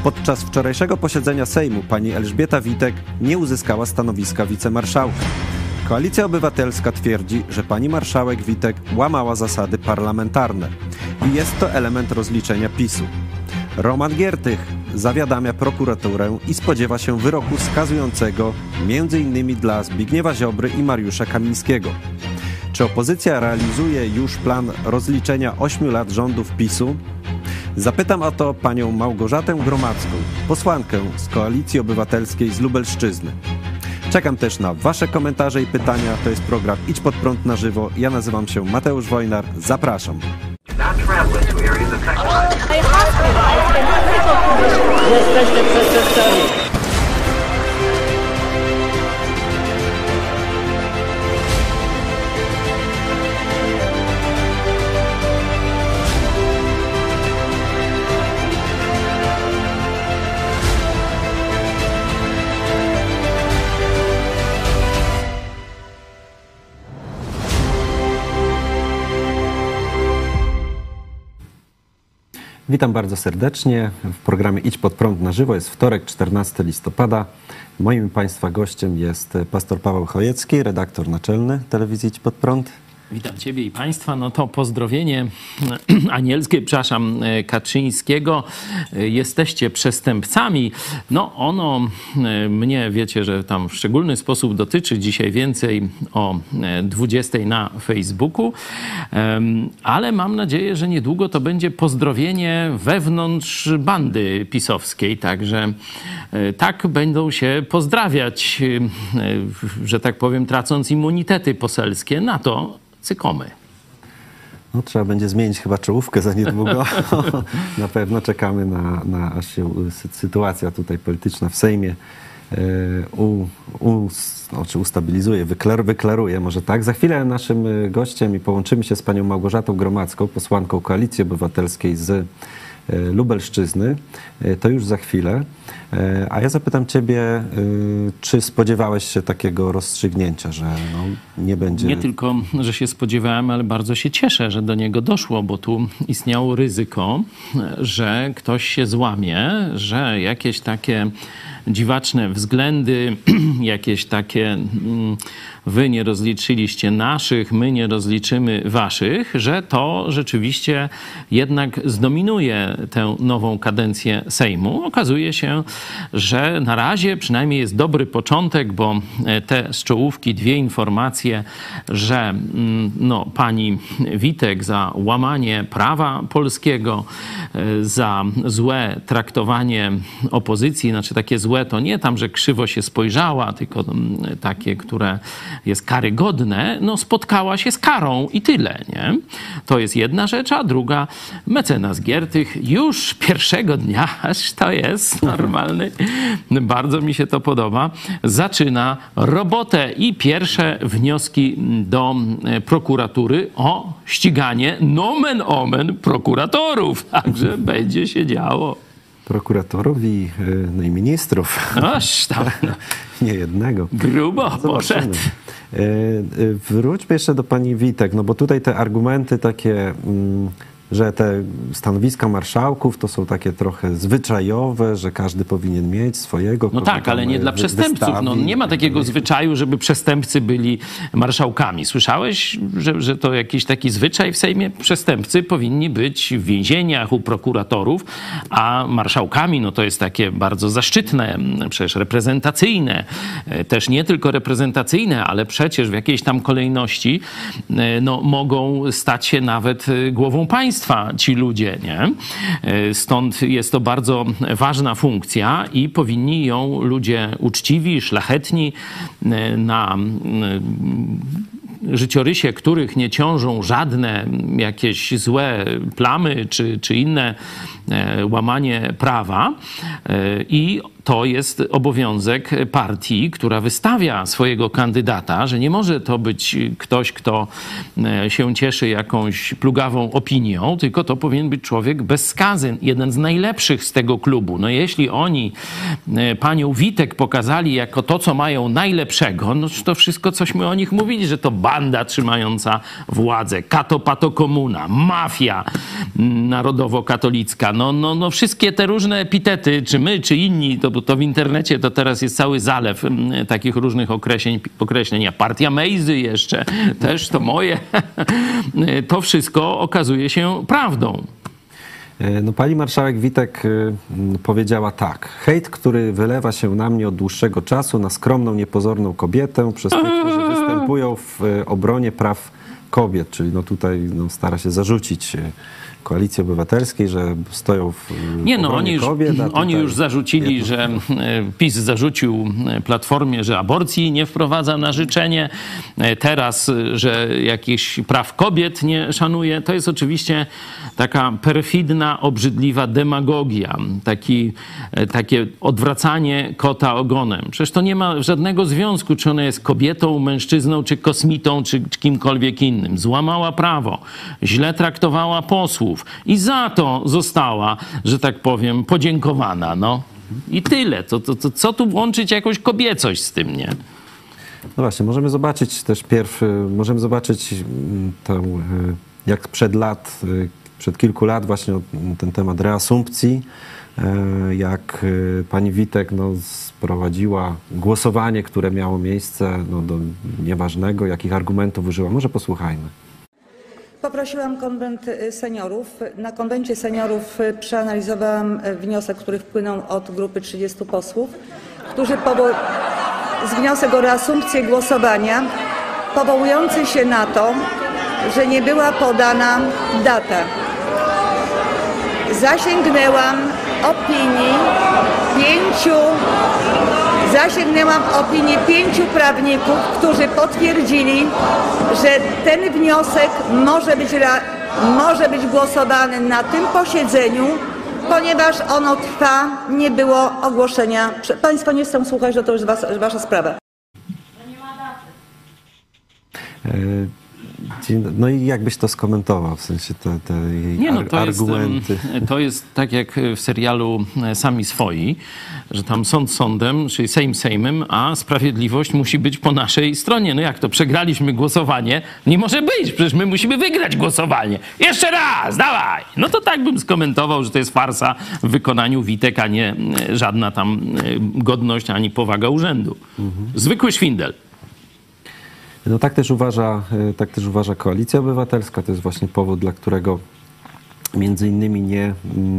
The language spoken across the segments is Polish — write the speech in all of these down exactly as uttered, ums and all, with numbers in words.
Podczas wczorajszego posiedzenia Sejmu pani Elżbieta Witek nie uzyskała stanowiska wicemarszałka. Koalicja Obywatelska twierdzi, że pani marszałek Witek łamała zasady parlamentarne i jest to element rozliczenia PiSu. Roman Giertych zawiadamia prokuraturę i spodziewa się wyroku skazującego między innymi dla Zbigniewa Ziobry i Mariusza Kamińskiego. Czy opozycja realizuje już plan rozliczenia ośmiu lat rządów PiSu? Zapytam o to panią Małgorzatę Gromadzką, posłankę z Koalicji Obywatelskiej z Lubelszczyzny. Czekam też na wasze komentarze i pytania. To jest program Idź Pod Prąd na żywo. Ja nazywam się Mateusz Wojnar. Zapraszam. Jesteście przestępcami. Witam bardzo serdecznie w programie Idź Pod Prąd na żywo. Jest wtorek, czternastego listopada. Moim Państwa gościem jest pastor Paweł Chojecki, redaktor naczelny telewizji Idź Pod Prąd. Witam Ciebie i Państwa. No to pozdrowienie anielskie, przepraszam, Kaczyńskiego. Jesteście przestępcami. No ono mnie, wiecie, że tam w szczególny sposób dotyczy. Dzisiaj więcej o dwudziestej na Facebooku. Ale mam nadzieję, że niedługo to będzie pozdrowienie wewnątrz bandy pisowskiej. Także tak będą się pozdrawiać, że tak powiem, tracąc immunitety poselskie. Na to cykomy. No, trzeba będzie zmienić chyba czołówkę za niedługo. Na pewno czekamy na, na aż się sytuacja tutaj polityczna w Sejmie u, u, znaczy ustabilizuje, wyklar, wyklaruje, może tak. Za chwilę naszym gościem i połączymy się z panią Małgorzatą Gromadzką, posłanką Koalicji Obywatelskiej z Lubelszczyzny. To już za chwilę. A ja zapytam ciebie, czy spodziewałeś się takiego rozstrzygnięcia, że no, nie będzie... Nie tylko, że się spodziewałem, ale bardzo się cieszę, że do niego doszło, bo tu istniało ryzyko, że ktoś się złamie, że jakieś takie dziwaczne względy, jakieś takie wy nie rozliczyliście naszych, my nie rozliczymy waszych, że to rzeczywiście jednak zdominuje tę nową kadencję Sejmu. Okazuje się, że na razie przynajmniej jest dobry początek, bo te z czołówki dwie informacje, że no, pani Witek za łamanie prawa polskiego, za złe traktowanie opozycji, znaczy takie złe to nie tam, że krzywo się spojrzała, tylko takie, które jest karygodne, no spotkała się z karą i tyle, nie? To jest jedna rzecz, a druga, mecenas Giertych już pierwszego dnia, aż to jest normalny, bardzo mi się to podoba, zaczyna robotę i pierwsze wnioski do prokuratury o ściganie nomen omen prokuratorów, także będzie się działo. Prokuratorów i, no i ministrów. Aż tam. Nie jednego. Grubo poszedł. Wróćmy jeszcze do pani Witek, no bo tutaj te argumenty takie, że te stanowiska marszałków to są takie trochę zwyczajowe, że każdy powinien mieć swojego. No tak, ale nie dla przestępców. No, nie ma takiego zwyczaju, żeby przestępcy byli marszałkami. Słyszałeś, że, że to jakiś taki zwyczaj w Sejmie? Przestępcy powinni być w więzieniach u prokuratorów, a marszałkami no to jest takie bardzo zaszczytne, przecież reprezentacyjne. Też nie tylko reprezentacyjne, ale przecież w jakiejś tam kolejności no, mogą stać się nawet głową państwa ci ludzie, nie? Stąd jest to bardzo ważna funkcja i powinni ją ludzie uczciwi, szlachetni, na życiorysie których nie ciążą żadne jakieś złe plamy czy, czy inne łamanie prawa i to jest obowiązek partii, która wystawia swojego kandydata, że nie może to być ktoś, kto się cieszy jakąś plugawą opinią, tylko to powinien być człowiek bez skazy, jeden z najlepszych z tego klubu. No jeśli oni panią Witek pokazali jako to, co mają najlepszego, no to wszystko, cośmy o nich mówili, że to banda trzymająca władzę, kato pato komuna, mafia narodowo-katolicka, no, no, no wszystkie te różne epitety, czy my, czy inni, to, to w internecie to teraz jest cały zalew takich różnych określeń, określeń. A partia Mejzy jeszcze, też to moje. To wszystko okazuje się prawdą. No, pani marszałek Witek powiedziała tak. Hejt, który wylewa się na mnie od dłuższego czasu, na skromną, niepozorną kobietę, przez tych, którzy występują w obronie praw kobiet, czyli no tutaj no, stara się zarzucić Koalicji Obywatelskiej, że stoją w Nie no, oni już, kobiet, tutaj... oni już zarzucili, że PiS zarzucił Platformie, że aborcji nie wprowadza na życzenie. Teraz, że jakichś praw kobiet nie szanuje. To jest oczywiście taka perfidna, obrzydliwa demagogia. Taki, takie odwracanie kota ogonem. Przecież to nie ma żadnego związku, czy ona jest kobietą, mężczyzną, czy kosmitą, czy kimkolwiek innym. Złamała prawo, źle traktowała posłów. I za to została, że tak powiem, podziękowana. No. I tyle. To, to, to, co tu łączyć jakąś kobiecość z tym, nie? No właśnie, możemy zobaczyć też pierw, możemy zobaczyć tą, jak przed lat, przed kilku lat właśnie ten temat reasumpcji, jak pani Witek no, sprowadziła głosowanie, które miało miejsce no, do nieważnego, jakich argumentów użyła. Może posłuchajmy. Poprosiłam konwent seniorów. Na konwencie seniorów przeanalizowałam wniosek, który wpłynął od grupy trzydziestu posłów, którzy powo- z wniosek o reasumpcję głosowania, powołujący się na to, że nie była podana data. Zasięgnęłam opinii pięciu, zasięgnęłam opinii pięciu prawników, którzy potwierdzili, że ten wniosek może być, może być głosowany na tym posiedzeniu, ponieważ ono trwa, nie było ogłoszenia. Państwo nie chcą słuchać, to, to już was, wasza sprawa. No i jak byś to skomentował, w sensie te, te jej Nie, no, to argumenty? Jest, to jest tak jak w serialu Sami Swoi, że tam sąd sądem, czyli Sejm Sejmem, a sprawiedliwość musi być po naszej stronie. No jak to? Przegraliśmy głosowanie? Nie może być, przecież my musimy wygrać głosowanie. Jeszcze raz, dawaj! No to tak bym skomentował, że to jest farsa w wykonaniu Witek, a nie żadna tam godność ani powaga urzędu. Mhm. Zwykły szwindel. No tak też uważa, tak też uważa Koalicja Obywatelska. To jest właśnie powód, dla którego między innymi nie,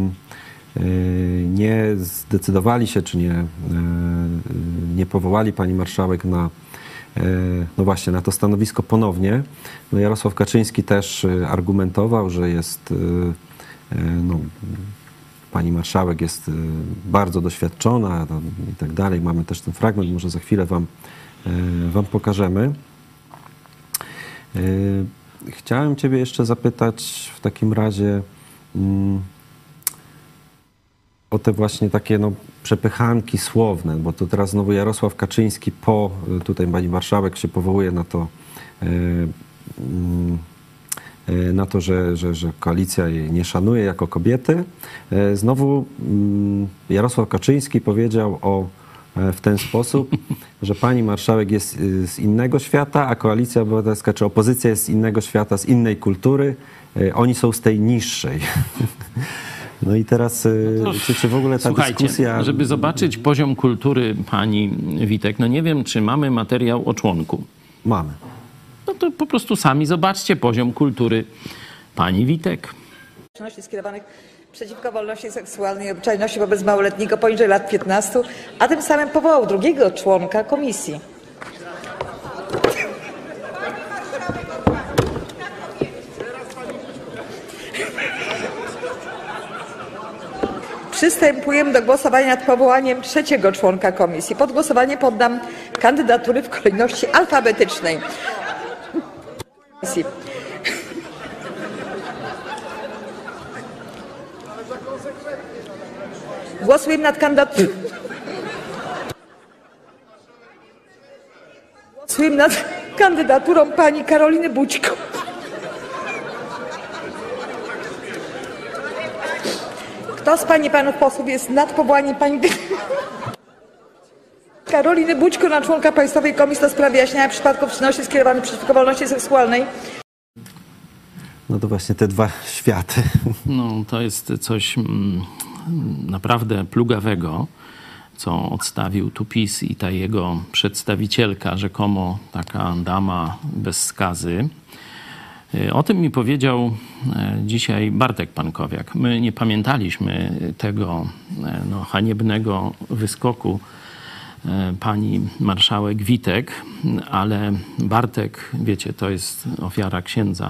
nie zdecydowali się, czy nie, nie powołali pani marszałek na, no właśnie, na to stanowisko ponownie. No Jarosław Kaczyński też argumentował, że jest, no, pani marszałek jest bardzo doświadczona i tak dalej. Mamy też ten fragment, może za chwilę wam, wam pokażemy. Chciałem ciebie jeszcze zapytać w takim razie mm, o te właśnie takie no, przepychanki słowne, bo to teraz znowu Jarosław Kaczyński po, tutaj pani marszałek się powołuje na to, yy, na to, że, że, że koalicja jej nie szanuje jako kobiety. Znowu yy, Jarosław Kaczyński powiedział o w ten sposób, że pani marszałek jest z innego świata, a Koalicja Obywatelska czy opozycja jest z innego świata, z innej kultury. Oni są z tej niższej. No i teraz, no to, czy, czy w ogóle ta słuchajcie, dyskusja... żeby zobaczyć poziom kultury pani Witek, no nie wiem, czy mamy materiał o członku. Mamy. No to po prostu sami zobaczcie poziom kultury pani Witek. Skierowanych przeciwko wolności seksualnej i obyczajności wobec małoletniego poniżej lat piętnastu, a tym samym powołał drugiego członka komisji. Przystępujemy do głosowania nad powołaniem trzeciego członka komisji. Pod głosowanie poddam kandydatury w kolejności alfabetycznej. Głosujemy nad kandydaturą. Głosuję nad kandydaturą pani Karoliny Bućko. Kto z pań i panów posłów jest nad powołaniem pani Karoliny Bućko na członka Państwowej Komisji do spraw wyjaśniania przypadków czynności skierowanych przeciwko wolności seksualnej? No to właśnie te dwa światy. No to jest coś mm, naprawdę plugawego, co odstawił tu PiS i ta jego przedstawicielka, rzekomo taka dama bez skazy. O tym mi powiedział dzisiaj Bartek Pankowiak. My nie pamiętaliśmy tego no, haniebnego wyskoku pani marszałek Witek, ale Bartek, wiecie, to jest ofiara księdza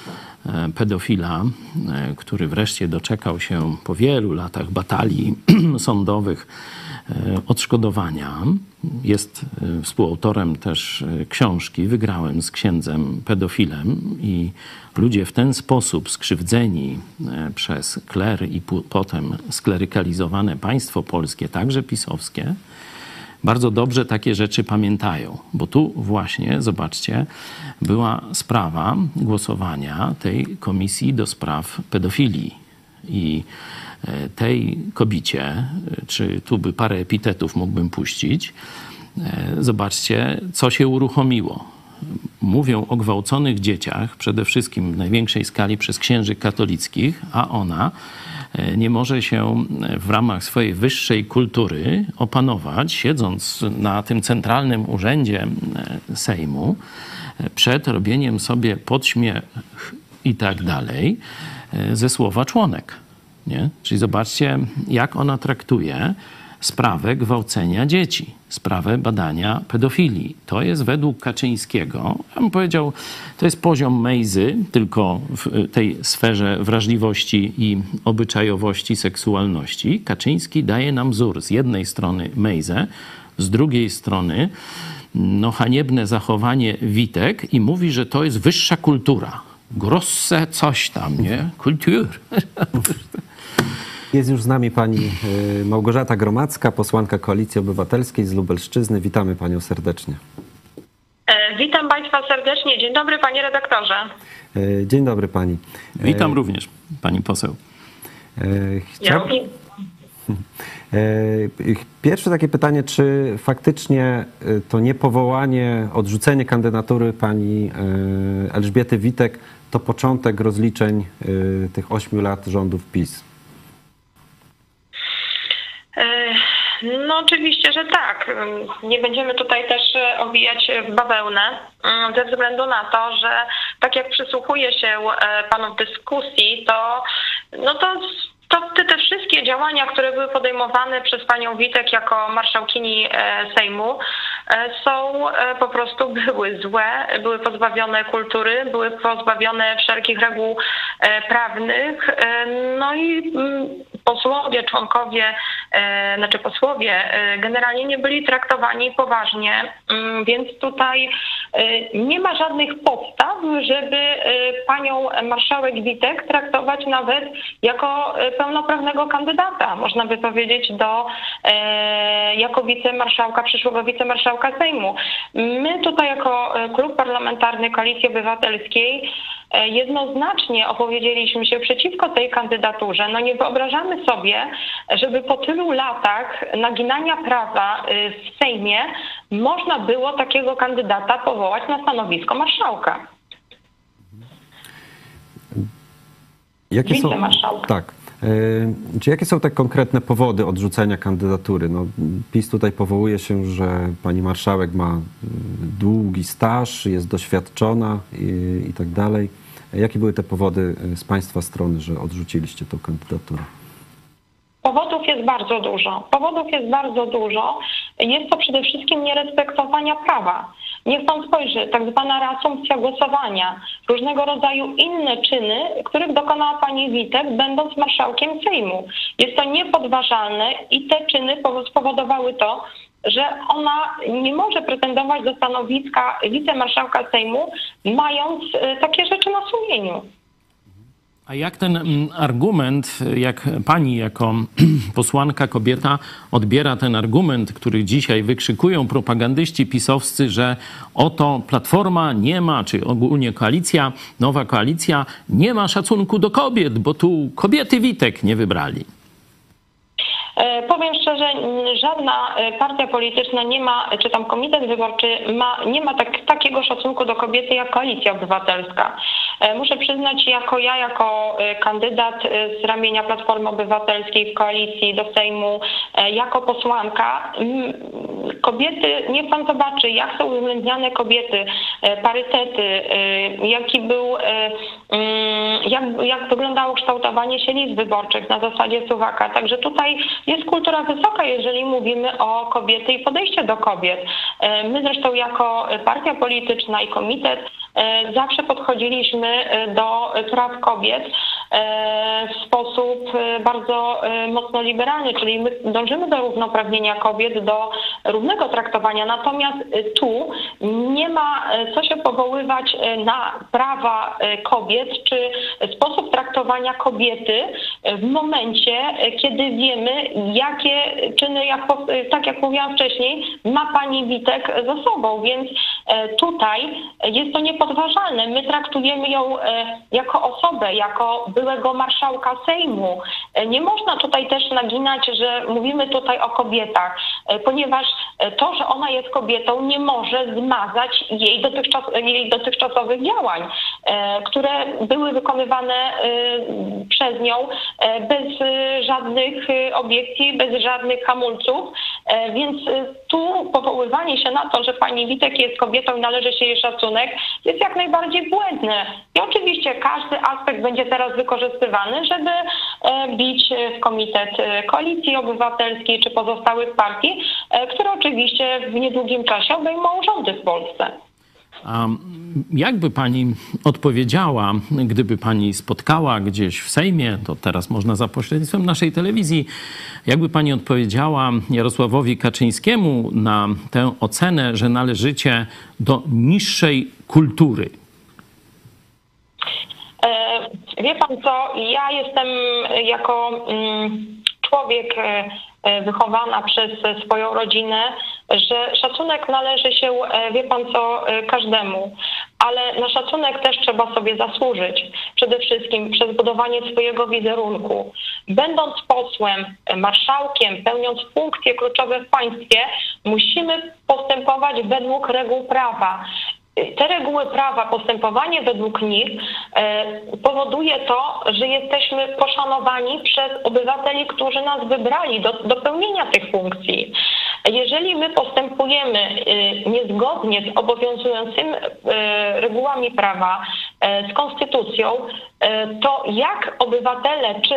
pedofila, który wreszcie doczekał się po wielu latach batalii sądowych odszkodowania. Jest współautorem też książki Wygrałem z księdzem pedofilem i ludzie w ten sposób skrzywdzeni przez kler i potem sklerykalizowane państwo polskie, także pisowskie, bardzo dobrze takie rzeczy pamiętają, bo tu właśnie, zobaczcie, była sprawa głosowania tej komisji do spraw pedofilii i tej kobicie, czy tu by parę epitetów mógłbym puścić, zobaczcie, co się uruchomiło. Mówią o gwałconych dzieciach, przede wszystkim w największej skali przez księży katolickich, a ona nie może się w ramach swojej wyższej kultury opanować, siedząc na tym centralnym urzędzie Sejmu, przed robieniem sobie podśmiech i tak dalej, ze słowa członek. Nie? Czyli zobaczcie, jak ona traktuje sprawę gwałcenia dzieci, sprawę badania pedofilii. To jest według Kaczyńskiego, ja bym powiedział, to jest poziom Mejzy, tylko w tej sferze wrażliwości i obyczajowości, seksualności. Kaczyński daje nam wzór. Z jednej strony Mejzę, z drugiej strony no, haniebne zachowanie Witek i mówi, że to jest wyższa kultura. Grosse coś tam, nie? Kultur. Jest już z nami pani Małgorzata Gromadzka, posłanka Koalicji Obywatelskiej z Lubelszczyzny. Witamy panią serdecznie. Witam państwa serdecznie. Dzień dobry, panie redaktorze. Dzień dobry pani. Witam również, pani poseł. Chciał... Pierwsze takie pytanie, czy faktycznie to niepowołanie, odrzucenie kandydatury pani Elżbiety Witek to początek rozliczeń tych ośmiu lat rządów PiS? No oczywiście, że tak. Nie będziemy tutaj też owijać w bawełnę ze względu na to, że tak jak przysłuchuję się panu w dyskusji, to no to To te, te wszystkie działania, które były podejmowane przez panią Witek jako marszałkini Sejmu są po prostu były złe, były pozbawione kultury, były pozbawione wszelkich reguł prawnych. No i posłowie, członkowie, znaczy posłowie generalnie nie byli traktowani poważnie, więc tutaj nie ma żadnych podstaw, żeby panią marszałek Witek traktować nawet jako pełnoprawnego kandydata, można by powiedzieć, do jako wicemarszałka, przyszłego wicemarszałka Sejmu. My tutaj jako Klub Parlamentarny Koalicji Obywatelskiej jednoznacznie opowiedzieliśmy się przeciwko tej kandydaturze. No nie wyobrażamy sobie, żeby po tylu latach naginania prawa w Sejmie można było takiego kandydata powołać na stanowisko marszałka. Jakie są, tak. Czy jakie są te konkretne powody odrzucenia kandydatury? No, PiS tutaj powołuje się, że pani marszałek ma długi staż, jest doświadczona i, i tak dalej. Jakie były te powody z państwa strony, że odrzuciliście tę kandydaturę? Powodów jest bardzo dużo. Powodów jest bardzo dużo. Jest to przede wszystkim nierespektowania prawa. Niech pan spojrzy, tak zwana reasumpcja głosowania, różnego rodzaju inne czyny, których dokonała pani Witek, będąc marszałkiem Sejmu. Jest to niepodważalne i te czyny spowodowały to, że ona nie może pretendować do stanowiska wicemarszałka Sejmu, mając takie rzeczy na sumieniu. A jak ten argument, jak pani jako posłanka kobieta odbiera ten argument, który dzisiaj wykrzykują propagandyści pisowscy, że oto Platforma nie ma, czy ogólnie koalicja, nowa koalicja, nie ma szacunku do kobiet, bo tu kobiety Witek nie wybrali? Powiem szczerze, żadna partia polityczna nie ma, czy tam komitet wyborczy ma, nie ma tak, takiego szacunku do kobiety jak Koalicja Obywatelska. Muszę przyznać, jako ja, jako kandydat z ramienia Platformy Obywatelskiej w koalicji do Sejmu, jako posłanka, kobiety, niech pan zobaczy, jak są uwzględniane kobiety, parytety, jaki był, jak, jak wyglądało kształtowanie się list wyborczych na zasadzie suwaka. Także tutaj jest kultura wysoka, jeżeli mówimy o kobiety i podejście do kobiet. My zresztą jako partia polityczna i komitet zawsze podchodziliśmy do praw kobiet w sposób bardzo mocno liberalny, czyli my dążymy do równoprawnienia kobiet, do równego traktowania. Natomiast tu nie ma co się powoływać na prawa kobiet, czy sposób traktowania kobiety w momencie, kiedy wiemy, jakie czyny, jak, tak jak mówiłam wcześniej, ma pani Witek za sobą, więc tutaj jest to niepodważalne. My traktujemy ją jako osobę, jako byłego marszałka Sejmu. Nie można tutaj też naginać, że mówimy tutaj o kobietach, ponieważ to, że ona jest kobietą, nie może zmazać jej, dotychczas, jej dotychczasowych działań, które były wykonywane przez nią bez żadnych obiekcji, bez żadnych hamulców, więc tu powoływanie się na to, że pani Witek jest kobietą i należy się jej szacunek, jest jak najbardziej błędne. I oczywiście każdy aspekt będzie teraz wykorzystywany, żeby bić w komitet Koalicji Obywatelskiej czy pozostałych partii, które oczywiście w niedługim czasie obejmą rządy w Polsce. A jakby pani odpowiedziała, gdyby pani spotkała gdzieś w Sejmie, to teraz można za pośrednictwem naszej telewizji, jakby pani odpowiedziała Jarosławowi Kaczyńskiemu na tę ocenę, że należycie do niższej kultury? Wie pan co, ja jestem jako człowiek wychowana przez swoją rodzinę, że szacunek należy się, wie pan co, każdemu, ale na szacunek też trzeba sobie zasłużyć. Przede wszystkim przez budowanie swojego wizerunku. Będąc posłem, marszałkiem, pełniąc funkcje kluczowe w państwie, musimy postępować według reguł prawa. Te reguły prawa, postępowanie według nich powoduje to, że jesteśmy poszanowani przez obywateli, którzy nas wybrali do, do pełnienia tych funkcji. Jeżeli my postępujemy niezgodnie z obowiązującymi regułami prawa, z konstytucją, to jak obywatele, czy,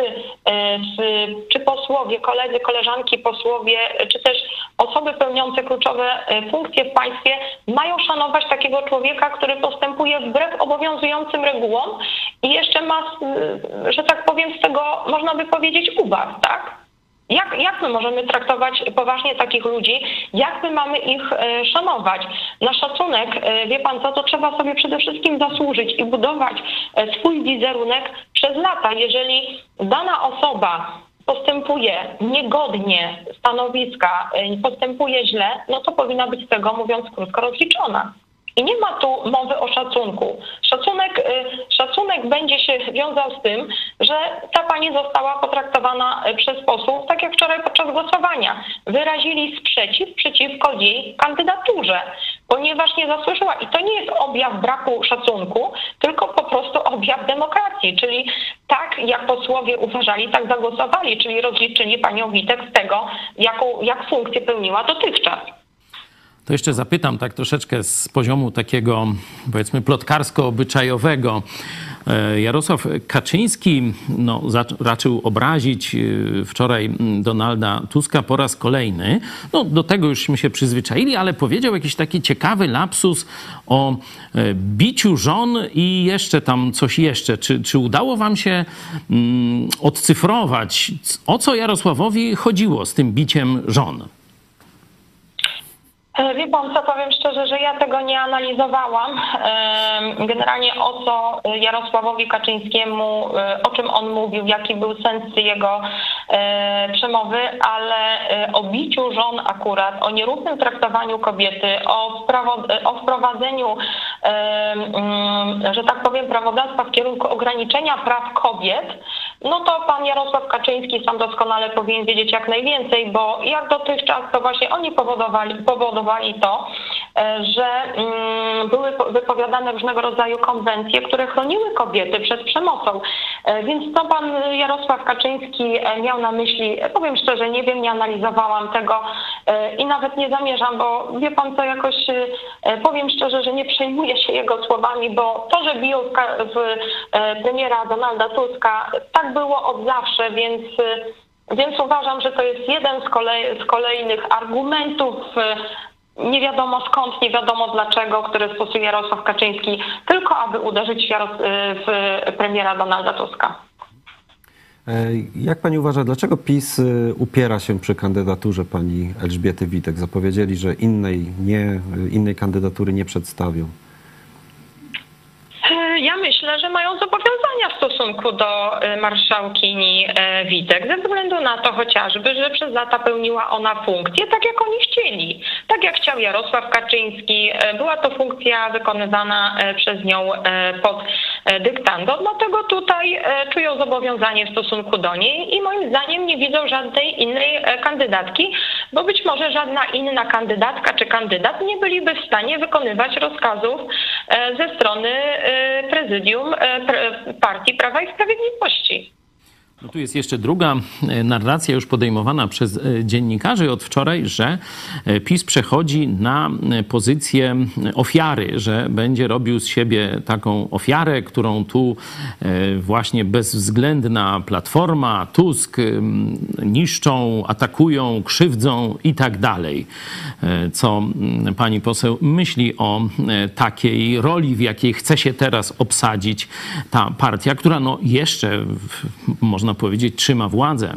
czy posłowie, koledzy, koleżanki posłowie, czy też osoby pełniące kluczowe funkcje w państwie mają szanować takiego człowieka, który postępuje wbrew obowiązującym regułom i jeszcze ma, że tak powiem, z tego można by powiedzieć ubaw, tak? Jak, jak my możemy traktować poważnie takich ludzi? Jak my mamy ich szanować? Na szacunek, wie pan co, to trzeba sobie przede wszystkim zasłużyć i budować swój wizerunek przez lata. Jeżeli dana osoba postępuje niegodnie stanowiska, postępuje źle, no to powinna być z tego, mówiąc krótko, rozliczona. I nie ma tu mowy o szacunku. Szacunek, szacunek będzie się wiązał z tym, że ta pani została potraktowana przez posłów, tak jak wczoraj podczas głosowania. Wyrazili sprzeciw przeciwko jej kandydaturze, ponieważ nie zasłużyła. I to nie jest objaw braku szacunku, tylko po prostu objaw demokracji. Czyli tak jak posłowie uważali, tak zagłosowali, czyli rozliczyli panią Witek z tego, jaką, jak funkcję pełniła dotychczas. To jeszcze zapytam tak troszeczkę z poziomu takiego, powiedzmy, plotkarsko-obyczajowego. Jarosław Kaczyński no, raczył obrazić wczoraj Donalda Tuska po raz kolejny. No, do tego jużśmy się przyzwyczaili, ale powiedział jakiś taki ciekawy lapsus o biciu żon i jeszcze tam coś jeszcze. Czy, czy udało wam się mm, odcyfrować, o co Jarosławowi chodziło z tym biciem żon? Wie pan co, powiem szczerze, że ja tego nie analizowałam. Generalnie o co Jarosławowi Kaczyńskiemu, o czym on mówił, jaki był sens jego przemowy, ale o biciu żon akurat, o nierównym traktowaniu kobiety, o, o wprowadzeniu, że tak powiem, prawodawstwa w kierunku ograniczenia praw kobiet, no to pan Jarosław Kaczyński sam doskonale powinien wiedzieć jak najwięcej, bo jak dotychczas to właśnie oni powodowali, powodowali to, że były wypowiadane różnego rodzaju konwencje, które chroniły kobiety przed przemocą. Więc co pan Jarosław Kaczyński miał na myśli? Powiem szczerze, nie wiem, nie analizowałam tego i nawet nie zamierzam, bo wie pan co, jakoś powiem szczerze, że nie przejmuję się jego słowami, bo to, że biją w premiera Donalda Tuska, tak było od zawsze, więc Więc uważam, że to jest jeden z, kolej, z kolejnych argumentów, nie wiadomo skąd, nie wiadomo dlaczego, które stosuje Jarosław Kaczyński, tylko aby uderzyć w premiera Donalda Tuska. Jak pani uważa, dlaczego PiS upiera się przy kandydaturze pani Elżbiety Witek? Zapowiedzieli, że innej, nie, innej kandydatury nie przedstawią. Ja myślę, że mają zobowiązania w stosunku do marszałkini Witek, ze względu na to chociażby, że przez lata pełniła ona funkcję tak, jak oni chcieli. Tak jak chciał Jarosław Kaczyński, była to funkcja wykonywana przez nią pod dyktando, dlatego tutaj czują zobowiązanie w stosunku do niej i moim zdaniem nie widzą żadnej innej kandydatki, bo być może żadna inna kandydatka czy kandydat nie byliby w stanie wykonywać rozkazów ze strony prezydium partii Prawa i Sprawiedliwości. No tu jest jeszcze druga narracja już podejmowana przez dziennikarzy od wczoraj, że PiS przechodzi na pozycję ofiary, że będzie robił z siebie taką ofiarę, którą tu właśnie bezwzględna Platforma, Tusk niszczą, atakują, krzywdzą i tak dalej. Co pani poseł myśli o takiej roli, w jakiej chce się teraz obsadzić ta partia, która no jeszcze można można powiedzieć, trzyma władzę?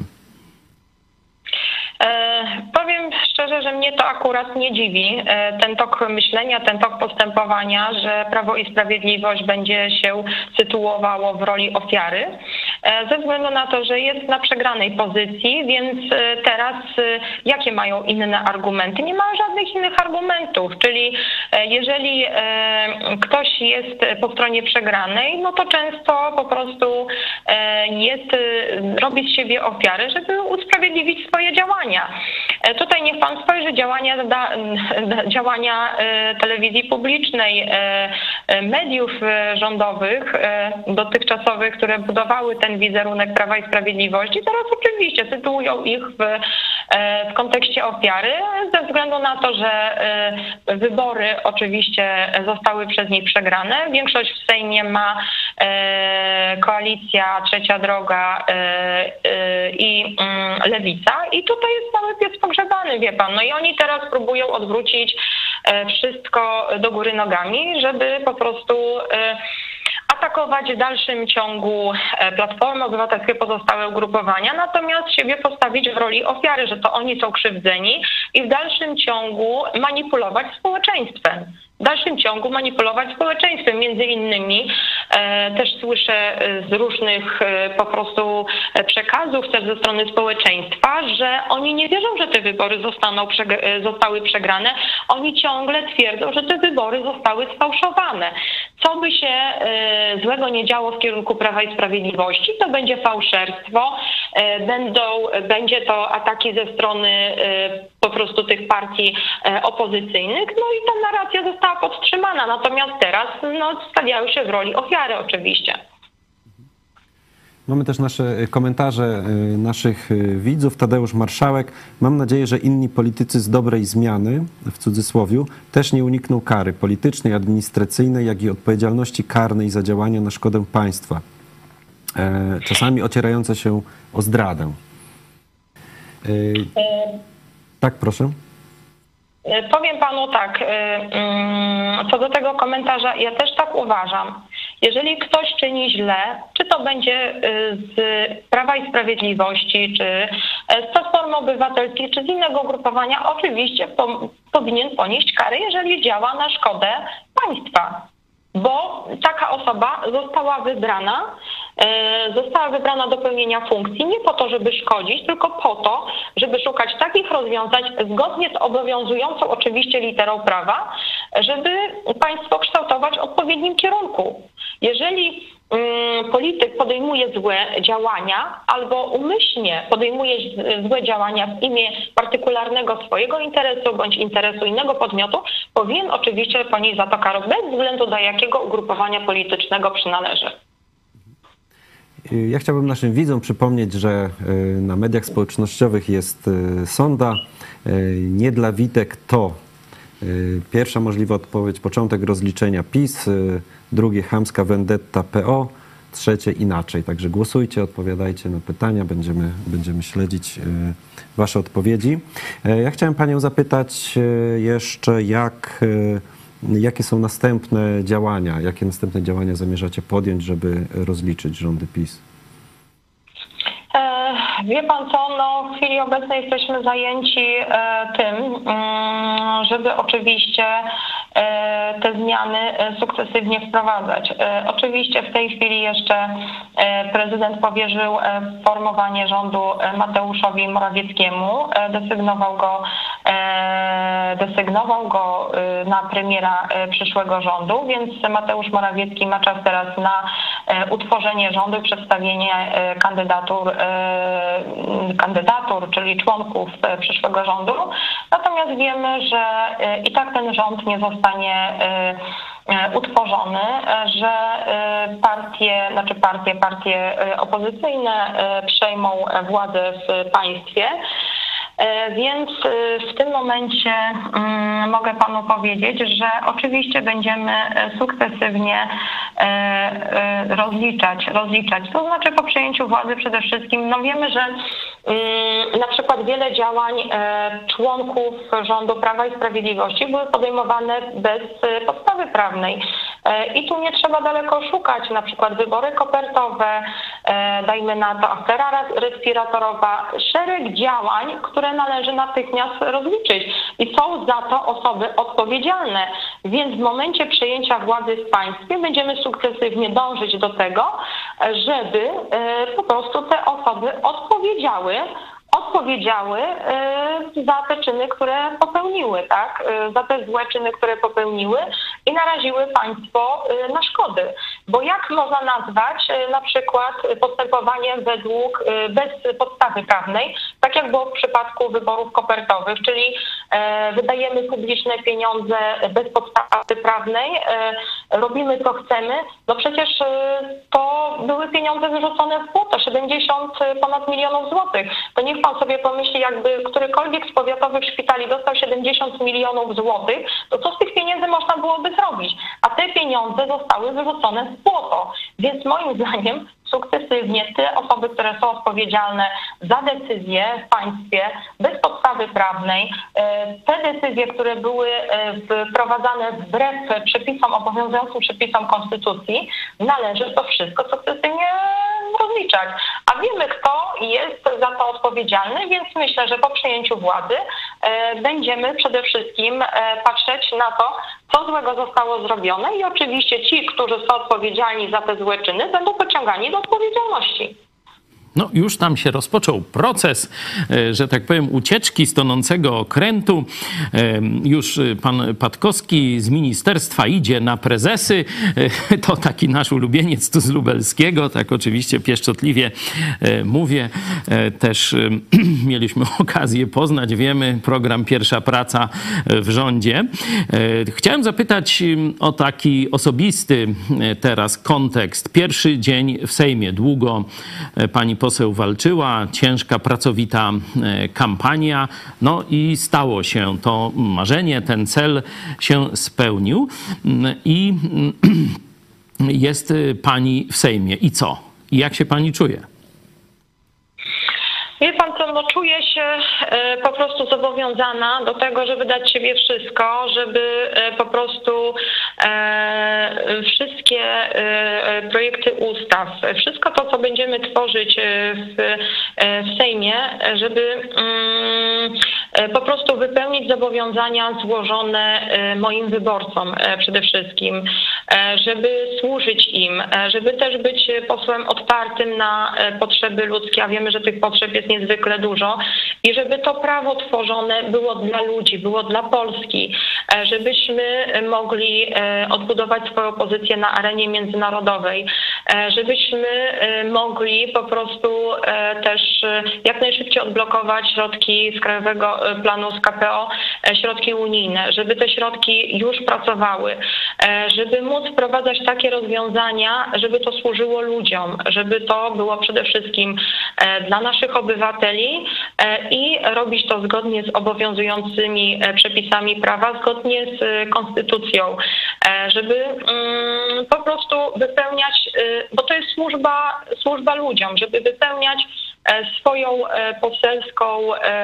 E, powiem szczerze, że mnie to akurat nie dziwi. E, ten tok myślenia, ten tok postępowania, że Prawo i Sprawiedliwość będzie się sytuowało w roli ofiary, e, ze względu na to, że jest na przegranej pozycji, więc e, teraz e, jakie mają inne argumenty? Nie mają żadnych innych argumentów, czyli e, jeżeli e, ktoś jest po stronie przegranej, no to często po prostu e, jest, e, robi z siebie ofiarę, żeby usprawiedliwić swoje działania. Tutaj niech pan spojrzy działania, działania telewizji publicznej, mediów rządowych, dotychczasowych, które budowały ten wizerunek Prawa i Sprawiedliwości. Teraz oczywiście sytuują ich w, w kontekście ofiary, ze względu na to, że wybory oczywiście zostały przez nich przegrane. Większość w Sejmie ma koalicja Trzecia Droga i Lewica i tutaj jest cały piec pogrzebany, wie pan. No i oni teraz próbują odwrócić wszystko do góry nogami, żeby po prostu atakować w dalszym ciągu Platformy Obywatelskie, pozostałe ugrupowania, natomiast siebie postawić w roli ofiary, że to oni są krzywdzeni i w dalszym ciągu manipulować społeczeństwem. W dalszym ciągu manipulować społeczeństwem. Między innymi e, też słyszę z różnych e, po prostu przekazów też ze strony społeczeństwa, że oni nie wierzą, że te wybory zostaną, zostały przegrane. Oni ciągle twierdzą, że te wybory zostały sfałszowane. Co by się e, złego nie działo w kierunku Prawa i Sprawiedliwości, to będzie fałszerstwo, e, będą, będzie to ataki ze strony e, po prostu tych partii e, opozycyjnych, no i ta narracja została podtrzymana, natomiast teraz no, stawiają się w roli ofiary oczywiście. Mamy też nasze komentarze naszych widzów. Tadeusz Marszałek. Mam nadzieję, że inni politycy z dobrej zmiany, w cudzysłowiu, też nie unikną kary politycznej, administracyjnej, jak i odpowiedzialności karnej za działania na szkodę państwa, czasami ocierające się o zdradę. Tak, proszę. Powiem panu tak, co do tego komentarza, ja też tak uważam. Jeżeli ktoś czyni źle, czy to będzie z Prawa i Sprawiedliwości, czy z Platformy Obywatelskiej, czy z innego ugrupowania, oczywiście po, powinien ponieść karę, jeżeli działa na szkodę państwa. Bo taka osoba została wybrana, została wybrana do pełnienia funkcji nie po to, żeby szkodzić, tylko po to, żeby szukać takich rozwiązań zgodnie z obowiązującą oczywiście literą prawa, żeby państwo kształtować w odpowiednim kierunku. Jeżeli polityk podejmuje złe działania albo umyślnie podejmuje złe działania w imię partykularnego swojego interesu bądź interesu innego podmiotu, powinien oczywiście ponieść za to karę bez względu do jakiego ugrupowania politycznego przynależy. Ja chciałbym naszym widzom przypomnieć, że na mediach społecznościowych jest sonda Nie dla Witek to. Pierwsza możliwa odpowiedź, początek rozliczenia PiS, drugie chamska vendetta P O, trzecie inaczej. Także głosujcie, odpowiadajcie na pytania, będziemy, będziemy śledzić wasze odpowiedzi. Ja chciałem panią zapytać jeszcze, jak, jakie są następne działania, jakie następne działania zamierzacie podjąć, żeby rozliczyć rządy PiS? Wie pan co, no w chwili obecnej jesteśmy zajęci e, tym, mm, żeby oczywiście e, te zmiany sukcesywnie wprowadzać. E, oczywiście w tej chwili jeszcze e, prezydent powierzył e, formowanie rządu Mateuszowi Morawieckiemu, e, desygnował go, e, desygnował go e, na premiera e, przyszłego rządu, więc Mateusz Morawiecki ma czas teraz na e, utworzenie rządu i przedstawienie e, kandydatur e, kandydatur, czyli członków przyszłego rządu. Natomiast wiemy, że i tak ten rząd nie zostanie utworzony, że partie, znaczy partie, partie opozycyjne przejmą władzę w państwie. Więc w tym momencie mogę panu powiedzieć, że oczywiście będziemy sukcesywnie rozliczać, rozliczać. To znaczy po przejęciu władzy przede wszystkim, no wiemy, że na przykład wiele działań członków rządu Prawa i Sprawiedliwości były podejmowane bez podstawy prawnej. I tu nie trzeba daleko szukać, na przykład wybory kopertowe, dajmy na to afera respiratorowa, szereg działań, które należy natychmiast rozliczyć i są za to osoby odpowiedzialne. Więc w momencie przejęcia władzy w państwie będziemy sukcesywnie dążyć do tego, żeby po prostu te osoby odpowiedziały odpowiedziały za te czyny, które popełniły, tak? Za te złe czyny, które popełniły i naraziły państwo na szkody. Bo jak można nazwać na przykład postępowanie według, bez podstawy prawnej, tak jak było w przypadku wyborów kopertowych, czyli wydajemy publiczne pieniądze bez podstawy prawnej, robimy co chcemy, no przecież to były pieniądze wyrzucone w błoto, siedemdziesiąt ponad milionów złotych. To niech pan sobie pomyśli, jakby którykolwiek z powiatowych szpitali dostał siedemdziesiąt milionów złotych, to co z tych pieniędzy można byłoby zrobić? A te pieniądze zostały wyrzucone w błoto. Więc moim zdaniem sukcesywnie te osoby, które są odpowiedzialne za decyzje w państwie bez podstawy prawnej, te decyzje, które były wprowadzane wbrew przepisom, obowiązującym przepisom konstytucji, należy to wszystko sukcesywnie rozliczać. A wiemy, kto jest za to odpowiedzialny, więc myślę, że po przejęciu władzy będziemy przede wszystkim patrzeć na to, co złego zostało zrobione i oczywiście ci, którzy są odpowiedzialni za te złe czyny, będą pociągani do odpowiedzialności. No już tam się rozpoczął proces, że tak powiem, ucieczki z tonącego okrętu. Już pan Patkowski z ministerstwa idzie na prezesy. To taki nasz ulubieniec tu z lubelskiego, tak oczywiście pieszczotliwie mówię. Też mieliśmy okazję poznać, wiemy, program Pierwsza Praca w rządzie. Chciałem zapytać o taki osobisty teraz kontekst. Pierwszy dzień w Sejmie. Długo pani poseł walczyła, ciężka, pracowita kampania, no i stało się to marzenie, ten cel się spełnił i jest pani w Sejmie. I co? I jak się pani czuje? Wie pan co, no czuję się e, po prostu zobowiązana do tego, żeby dać siebie wszystko, żeby e, po prostu e, wszystkie e, projekty ustaw, wszystko to, co będziemy tworzyć w, e, w Sejmie, żeby mm, e, po prostu wypełnić zobowiązania złożone e, moim wyborcom e, przede wszystkim, e, żeby służyć im, e, żeby też być posłem otwartym na e, potrzeby ludzkie, a wiemy, że tych potrzeb jest niezwykle dużo i żeby to prawo tworzone było dla ludzi, było dla Polski, żebyśmy mogli odbudować swoją pozycję na arenie międzynarodowej, żebyśmy mogli po prostu też jak najszybciej odblokować środki z Krajowego Planu z K P O, środki unijne, żeby te środki już pracowały, żeby móc wprowadzać takie rozwiązania, żeby to służyło ludziom, żeby to było przede wszystkim dla naszych obywateli i robić to zgodnie z obowiązującymi przepisami prawa, zgodnie z konstytucją, żeby po prostu wypełniać, bo to jest służba, służba ludziom, żeby wypełniać swoją poselską,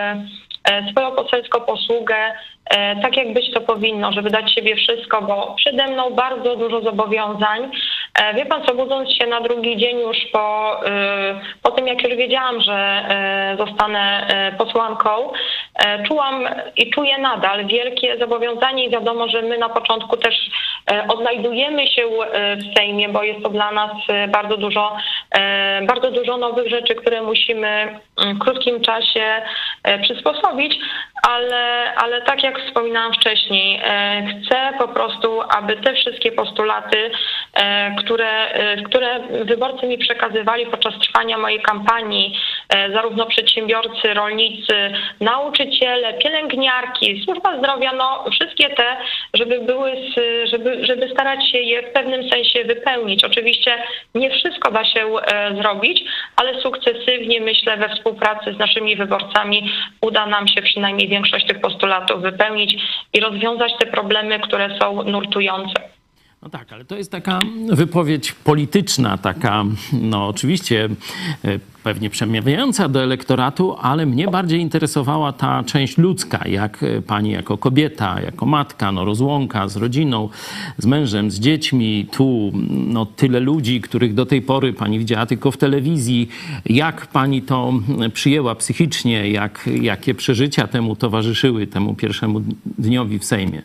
swoją poselską posługę tak, jak być to powinno, żeby dać siebie wszystko, bo przede mną bardzo dużo zobowiązań. Wie pan co, budząc się na drugi dzień już po, po tym, jak już wiedziałam, że zostanę posłanką, czułam i czuję nadal wielkie zobowiązanie i wiadomo, że my na początku też odnajdujemy się w Sejmie, bo jest to dla nas bardzo dużo, bardzo dużo nowych rzeczy, które musimy w krótkim czasie przysposobić, ale, ale tak jak wspominałam wcześniej, chcę po prostu, aby te wszystkie postulaty, które, które wyborcy mi przekazywali podczas trwania mojej kampanii, zarówno przedsiębiorcy, rolnicy, nauczyciele, pielęgniarki, służba zdrowia, no wszystkie te, żeby były, żeby, żeby starać się je w pewnym sensie wypełnić. Oczywiście nie wszystko da się zrobić, ale sukcesywnie, myślę, we współpracy z naszymi wyborcami uda nam się przynajmniej większość tych postulatów wypełnić i rozwiązać te problemy, które są nurtujące. No tak, ale to jest taka wypowiedź polityczna, taka, no oczywiście pewnie przemawiająca do elektoratu, ale mnie bardziej interesowała ta część ludzka, jak pani jako kobieta, jako matka, no rozłąka z rodziną, z mężem, z dziećmi, tu no tyle ludzi, których do tej pory pani widziała tylko w telewizji. Jak pani to przyjęła psychicznie, jak, jakie przeżycia temu towarzyszyły, temu pierwszemu dniowi w Sejmie?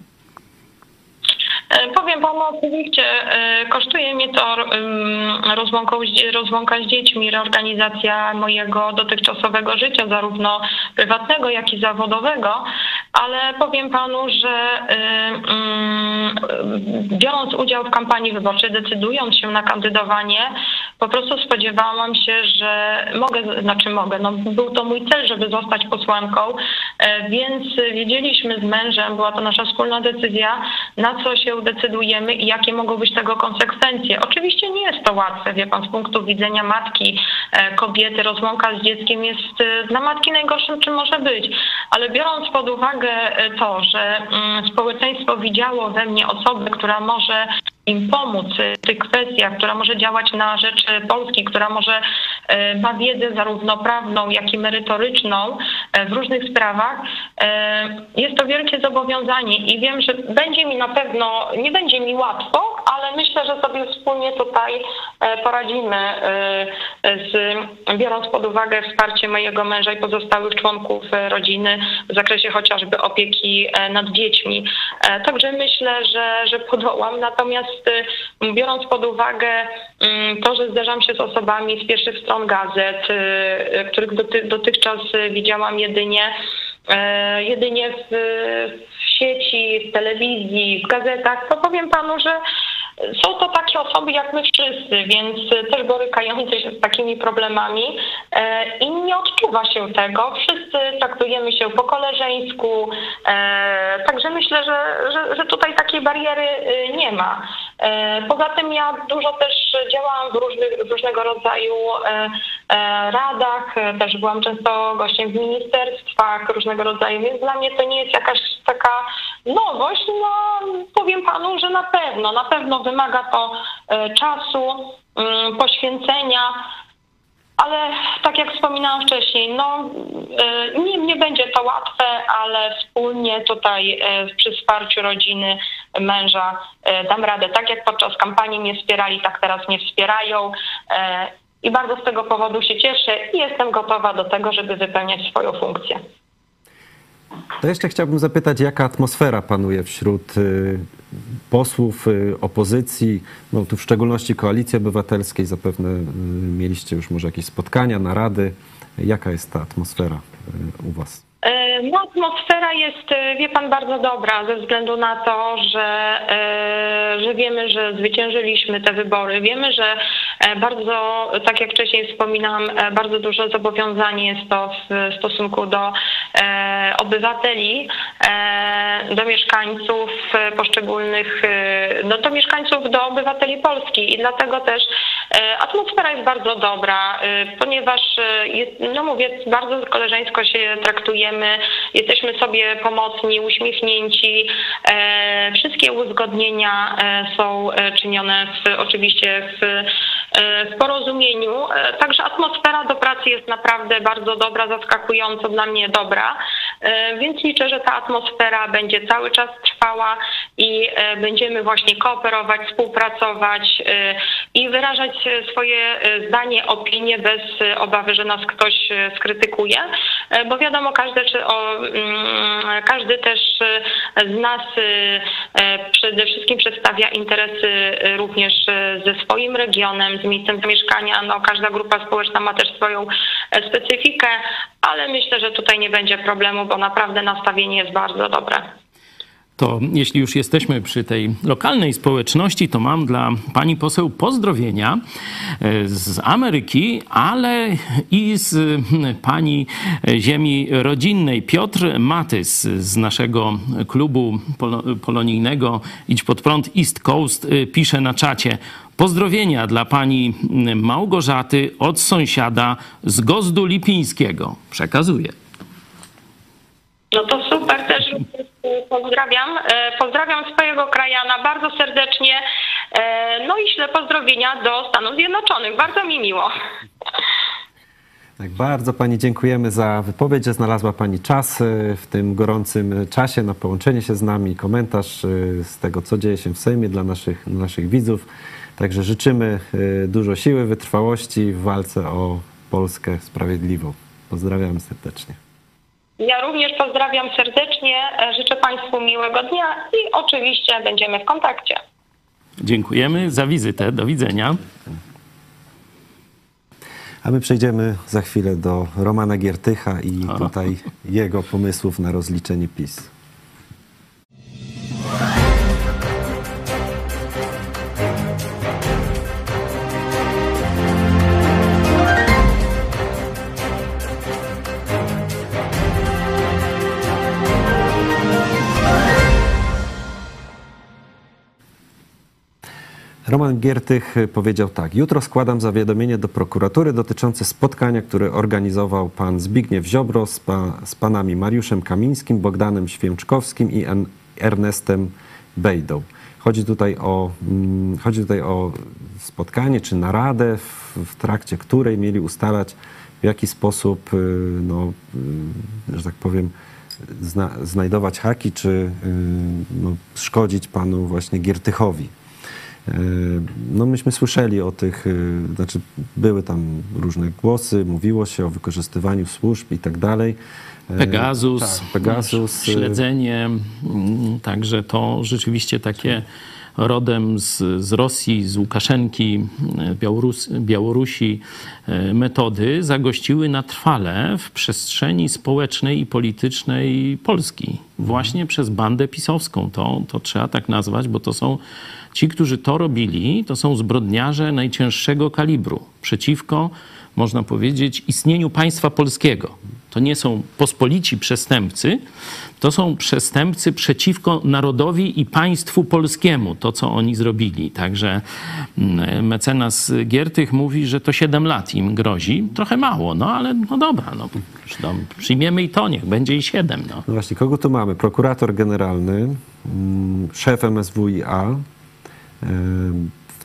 Powiem panu, oczywiście kosztuje mnie to rozłąką, rozłąka z dziećmi, reorganizacja mojego dotychczasowego życia, zarówno prywatnego, jak i zawodowego, ale powiem panu, że biorąc udział w kampanii wyborczej, decydując się na kandydowanie, po prostu spodziewałam się, że mogę, znaczy mogę, no był to mój cel, żeby zostać posłanką, więc wiedzieliśmy z mężem, była to nasza wspólna decyzja, na co się decydujemy i jakie mogą być tego konsekwencje. Oczywiście nie jest to łatwe, wie pan, z punktu widzenia matki, kobiety, rozłąka z dzieckiem jest dla matki najgorszym, czym może być, ale biorąc pod uwagę to, że społeczeństwo widziało we mnie osobę, która może im pomóc w tych kwestiach, która może działać na rzecz Polski, która może ma wiedzę zarówno prawną, jak i merytoryczną w różnych sprawach. Jest to wielkie zobowiązanie i wiem, że będzie mi na pewno, nie będzie mi łatwo, ale myślę, że sobie wspólnie tutaj poradzimy, z, biorąc pod uwagę wsparcie mojego męża i pozostałych członków rodziny w zakresie chociażby opieki nad dziećmi. Także myślę, że, że podołam. Natomiast biorąc pod uwagę to, że zderzam się z osobami z pierwszych stron gazet, których doty, dotychczas widziałam jedynie, jedynie w, w sieci, w telewizji, w gazetach, to powiem panu, że są to takie osoby jak my wszyscy, więc też borykające się z takimi problemami i nie odczuwa się tego. Wszyscy traktujemy się po koleżeńsku, także myślę, że, że, że tutaj takiej bariery nie ma. Poza tym ja dużo też działałam w, różnych, w różnego rodzaju radach, też byłam często gościem w ministerstwach różnego rodzaju, więc dla mnie to nie jest jakaś taka nowość. No powiem panu, że na pewno, na pewno wymaga to czasu, poświęcenia, Ale tak jak wspominałam wcześniej, no nie, nie będzie to łatwe, ale wspólnie tutaj przy wsparciu rodziny, męża dam radę. Tak jak podczas kampanii mnie wspierali, tak teraz mnie wspierają i bardzo z tego powodu się cieszę i jestem gotowa do tego, żeby wypełniać swoją funkcję. To jeszcze chciałbym zapytać, jaka atmosfera panuje wśród y, posłów y, opozycji, no tu w szczególności Koalicji Obywatelskiej, zapewne y, mieliście już może jakieś spotkania, narady. Jaka jest ta atmosfera y, u was? No, atmosfera jest, wie pan, bardzo dobra ze względu na to, że, że wiemy, że zwyciężyliśmy te wybory. Wiemy, że bardzo, tak jak wcześniej wspominałam, bardzo duże zobowiązanie jest to w stosunku do obywateli, do mieszkańców poszczególnych, no do mieszkańców, do obywateli Polski i dlatego też atmosfera jest bardzo dobra, ponieważ jest, no mówię, bardzo koleżeńsko się traktujemy. Jesteśmy sobie pomocni, uśmiechnięci. Wszystkie uzgodnienia są czynione w, oczywiście w, w porozumieniu. Także atmosfera do pracy jest naprawdę bardzo dobra, zaskakująco dla mnie dobra. Więc liczę, że ta atmosfera będzie cały czas trwała i będziemy właśnie kooperować, współpracować i wyrażać swoje zdanie, opinie bez obawy, że nas ktoś skrytykuje, bo wiadomo, każdy, czy o, każdy też z nas przede wszystkim przedstawia interesy również ze swoim regionem, z miejscem zamieszkania. No, każda grupa społeczna ma też swoją specyfikę, ale myślę, że tutaj nie będzie problemu, bo naprawdę nastawienie jest bardzo dobre. To jeśli już jesteśmy przy tej lokalnej społeczności, to mam dla pani poseł pozdrowienia z Ameryki, ale i z pani ziemi rodzinnej. Piotr Matys z naszego klubu polonijnego Idź Pod Prąd East Coast pisze na czacie: pozdrowienia dla pani Małgorzaty od sąsiada z Gozdu Lipińskiego. Przekazuję. No to super, też pozdrawiam. Pozdrawiam swojego krajana bardzo serdecznie. No i ślę pozdrowienia do Stanów Zjednoczonych. Bardzo mi miło. Tak, bardzo pani dziękujemy za wypowiedź, że znalazła pani czas w tym gorącym czasie na połączenie się z nami, komentarz z tego, co dzieje się w Sejmie dla naszych, dla naszych widzów. Także życzymy dużo siły, wytrwałości w walce o Polskę sprawiedliwą. Pozdrawiam serdecznie. Ja również pozdrawiam serdecznie, życzę państwu miłego dnia i oczywiście będziemy w kontakcie. Dziękujemy za wizytę, do widzenia. A my przejdziemy za chwilę do Romana Giertycha i tutaj jego pomysłów na rozliczenie PiS. Roman Giertych powiedział tak: jutro składam zawiadomienie do prokuratury dotyczące spotkania, które organizował pan Zbigniew Ziobro z, pa, z panami Mariuszem Kamińskim, Bogdanem Święczkowskim i en, Ernestem Bejdą. Chodzi tutaj o, mm, chodzi tutaj o spotkanie czy naradę, w, w trakcie której mieli ustalać, w jaki sposób, no, że tak powiem, zna, znajdować haki, czy no, szkodzić panu właśnie Giertychowi. No myśmy słyszeli o tych, znaczy były tam różne głosy, mówiło się o wykorzystywaniu służb i tak dalej. Pegasus, tak, Pegasus, śledzenie, także to rzeczywiście takie rodem z, z Rosji, z Łukaszenki, Białorus, Białorusi metody zagościły na trwale w przestrzeni społecznej i politycznej Polski. Właśnie przez bandę pisowską. To, to trzeba tak nazwać, bo to są ci, którzy to robili, to są zbrodniarze najcięższego kalibru przeciwko, można powiedzieć, istnieniu państwa polskiego. To nie są pospolici przestępcy, to są przestępcy przeciwko narodowi i państwu polskiemu, to co oni zrobili. Także mecenas Giertych mówi, że to siedem lat im grozi. Trochę mało, no ale no dobra, no, no, przyjmiemy i to, niech będzie i siedem. No. No właśnie, kogo tu mamy? Prokurator generalny, szef M S W i A,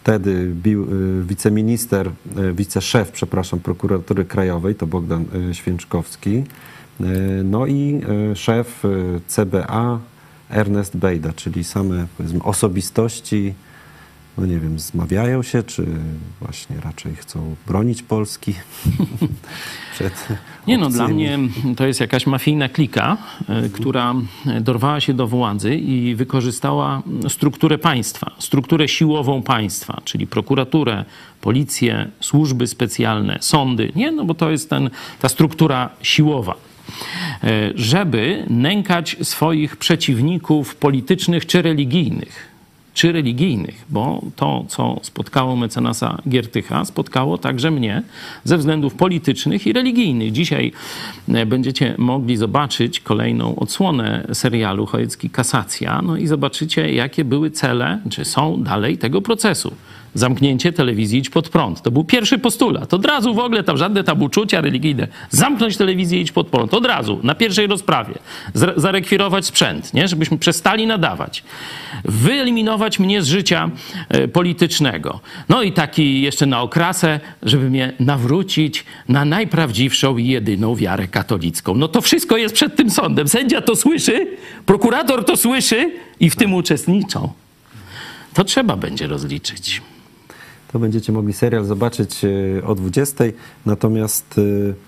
wtedy bił, wiceminister, wiceszef, przepraszam, prokuratury krajowej, to Bogdan Święczkowski, no i szef C B A Ernest Bejda, czyli same, powiedzmy, osobistości, no nie wiem, zmawiają się, czy właśnie raczej chcą bronić Polski przed Nie no, obcymi. dla mnie to jest jakaś mafijna klika, y, która dorwała się do władzy i wykorzystała strukturę państwa, strukturę siłową państwa, czyli prokuraturę, policję, służby specjalne, sądy. Nie, no bo to jest ten, ta struktura siłowa, y, żeby nękać swoich przeciwników politycznych czy religijnych. czy religijnych, bo to, co spotkało mecenasa Giertycha, spotkało także mnie ze względów politycznych i religijnych. Dzisiaj będziecie mogli zobaczyć kolejną odsłonę serialu Chojecki Kasacja, no i zobaczycie, jakie były cele, czy są dalej tego procesu. Zamknięcie telewizji Idź Pod Prąd. To był pierwszy postulat. Od razu w ogóle tam żadne tam uczucia religijne. Zamknąć telewizję Idź Pod Prąd. Od razu, na pierwszej rozprawie. Zarekwirować sprzęt, nie? Żebyśmy przestali nadawać. Wyeliminować mnie z życia e, politycznego. No i taki jeszcze na okrasę, żeby mnie nawrócić na najprawdziwszą i jedyną wiarę katolicką. No to wszystko jest przed tym sądem. Sędzia to słyszy, prokurator to słyszy i w tym uczestniczą. To trzeba będzie rozliczyć. To będziecie mogli serial zobaczyć o dwudziestej. Natomiast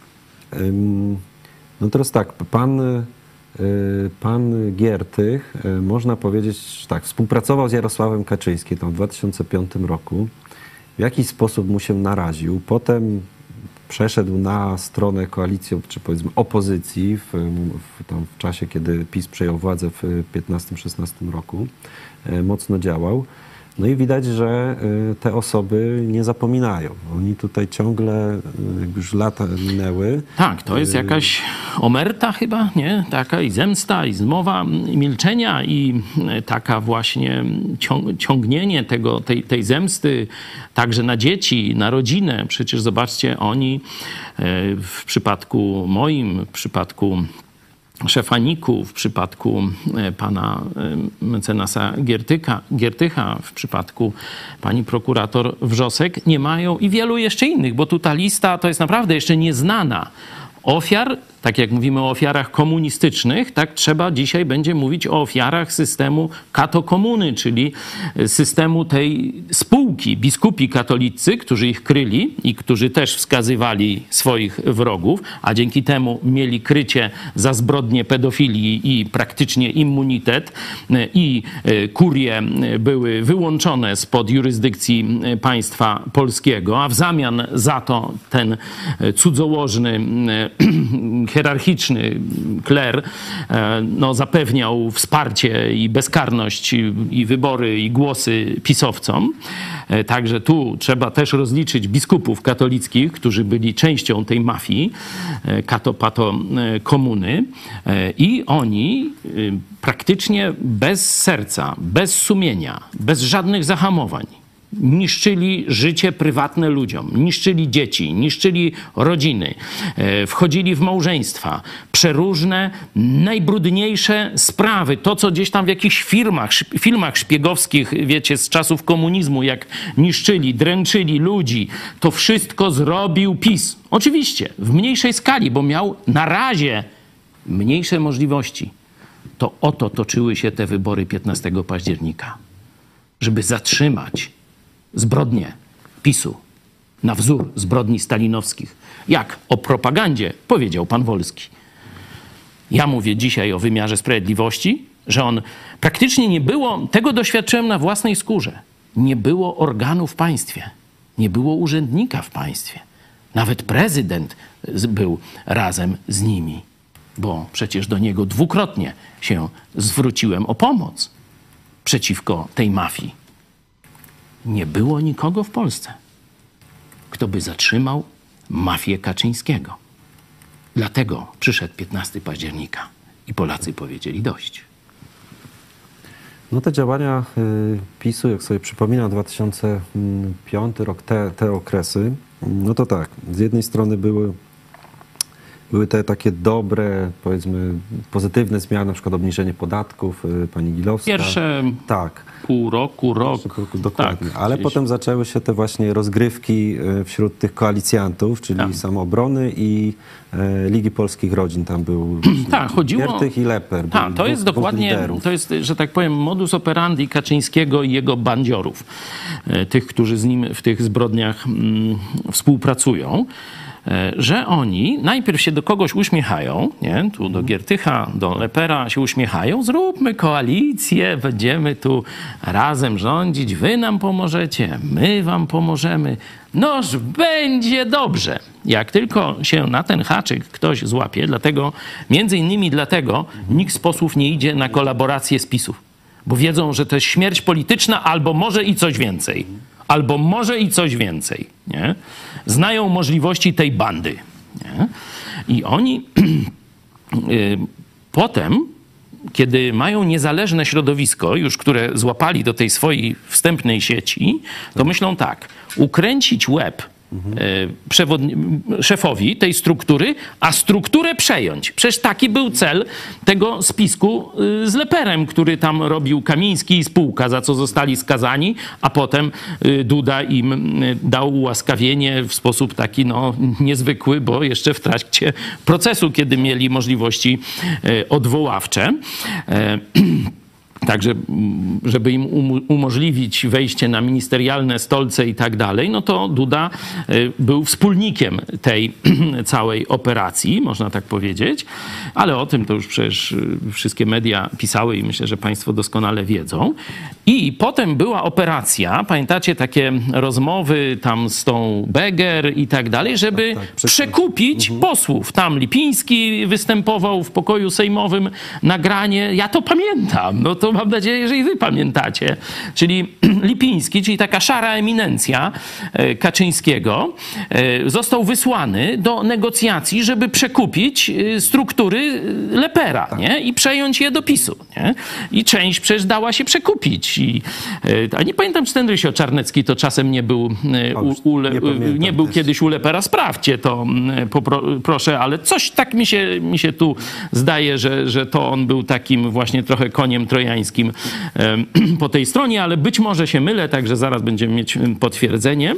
no teraz tak, pan, pan Giertych, można powiedzieć tak, współpracował z Jarosławem Kaczyńskim tam w dwa tysiące piątym roku. W jakiś sposób mu się naraził. Potem przeszedł na stronę koalicji, czy powiedzmy opozycji w, w, tam w czasie, kiedy PiS przejął władzę w piętnastym szesnastym roku. Mocno działał. No i widać, że te osoby nie zapominają. Oni tutaj ciągle, jak już lata minęły. Tak, to jest jakaś omerta chyba, nie? Taka i zemsta, i zmowa milczenia, i taka właśnie ciągnienie tego, tej, tej zemsty także na dzieci, na rodzinę. Przecież zobaczcie, oni w przypadku moim, w przypadku szefa NIK-u, w przypadku pana mecenasa Giertycha, Giertycha, w przypadku pani prokurator Wrzosek, nie mają i wielu jeszcze innych, bo tu ta lista to jest naprawdę jeszcze nieznana. Ofiar, tak jak mówimy o ofiarach komunistycznych, tak trzeba dzisiaj będzie mówić o ofiarach systemu katokomuny, czyli systemu tej spółki. Biskupi katolicy, którzy ich kryli i którzy też wskazywali swoich wrogów, a dzięki temu mieli krycie za zbrodnie pedofilii i praktycznie immunitet, i kurie były wyłączone spod jurysdykcji państwa polskiego, a w zamian za to ten cudzołożny hierarchiczny kler no, zapewniał wsparcie i bezkarność i, i wybory i głosy pisowcom. Także tu trzeba też rozliczyć biskupów katolickich, którzy byli częścią tej mafii kato-pato komuny i oni praktycznie bez serca, bez sumienia, bez żadnych zahamowań niszczyli życie prywatne ludziom, niszczyli dzieci, niszczyli rodziny, wchodzili w małżeństwa, przeróżne, najbrudniejsze sprawy. To, co gdzieś tam w jakichś firmach, filmach szpiegowskich, wiecie, z czasów komunizmu, jak niszczyli, dręczyli ludzi, to wszystko zrobił PiS. Oczywiście, w mniejszej skali, bo miał na razie mniejsze możliwości. To oto toczyły się te wybory piętnastego października, żeby zatrzymać zbrodnie PiSu na wzór zbrodni stalinowskich. Jak o propagandzie powiedział pan Wolski. Ja mówię dzisiaj o wymiarze sprawiedliwości, że on praktycznie nie było, tego doświadczyłem na własnej skórze, nie było organu w państwie, nie było urzędnika w państwie. Nawet prezydent był razem z nimi, bo przecież do niego dwukrotnie się zwróciłem o pomoc przeciwko tej mafii. Nie było nikogo w Polsce, kto by zatrzymał mafię Kaczyńskiego. Dlatego przyszedł piętnastego października i Polacy powiedzieli dość. No te działania PiSu, jak sobie przypominam, dwa tysiące piąty rok, te, te okresy, no to tak, z jednej strony były były te takie dobre, powiedzmy, pozytywne zmiany, na przykład obniżenie podatków, pani Gilowska. Pierwsze tak. pół roku, rok. Dokładnie. Tak, ale gdzieś. potem zaczęły się te właśnie rozgrywki wśród tych koalicjantów, czyli tak. Samoobrony i e, Ligi Polskich Rodzin. Tam był tak, chodziło... Giertych i Leper. Tak, to jest dokładnie, to jest, że tak powiem, modus operandi Kaczyńskiego i jego bandziorów. Tych, którzy z nim w tych zbrodniach mm, współpracują. Że oni najpierw się do kogoś uśmiechają, nie? Tu do Giertycha, do Lepera się uśmiechają, zróbmy koalicję, będziemy tu razem rządzić, wy nam pomożecie, my wam pomożemy, noż będzie dobrze. Jak tylko się na ten haczyk ktoś złapie, dlatego, między innymi dlatego nikt z posłów nie idzie na kolaborację z PiS-ów, bo wiedzą, że to jest śmierć polityczna albo może i coś więcej. Albo może i coś więcej. Nie? Znają możliwości tej bandy. Nie? I oni y, potem, kiedy mają niezależne środowisko, już które złapali do tej swojej wstępnej sieci, to myślą tak, ukręcić łeb Mhm. szefowi tej struktury, a strukturę przejąć. Przecież taki był cel tego spisku z Leperem, który tam robił Kamiński i spółka, za co zostali skazani, a potem Duda im dał ułaskawienie w sposób taki no, niezwykły, bo jeszcze w trakcie procesu, kiedy mieli możliwości odwoławcze. Także, żeby im umożliwić wejście na ministerialne stolce i tak dalej, no to Duda był wspólnikiem tej całej operacji, można tak powiedzieć. Ale o tym to już przecież wszystkie media pisały i myślę, że państwo doskonale wiedzą. I potem była operacja, pamiętacie, takie rozmowy tam z tą Beger i tak dalej, żeby tak, tak, przekupić mhm. posłów. Tam Lipiński występował w pokoju sejmowym, nagranie. Ja to pamiętam. No to mam nadzieję, że i wy pamiętacie. Czyli Lipiński, czyli taka szara eminencja Kaczyńskiego, został wysłany do negocjacji, żeby przekupić struktury Lepera, tak. nie? I przejąć je do PiS-u. Nie? I część przecież dała się przekupić. I, a nie pamiętam, czy ten Rysio Czarnecki to czasem nie był, u, u, nie, nie był kiedyś u Lepera. Sprawdźcie to, popro, proszę, ale coś tak mi się, mi się tu zdaje, że, że to on był takim właśnie trochę koniem trojańskim po tej stronie, ale być może się mylę, także zaraz będziemy mieć potwierdzenie.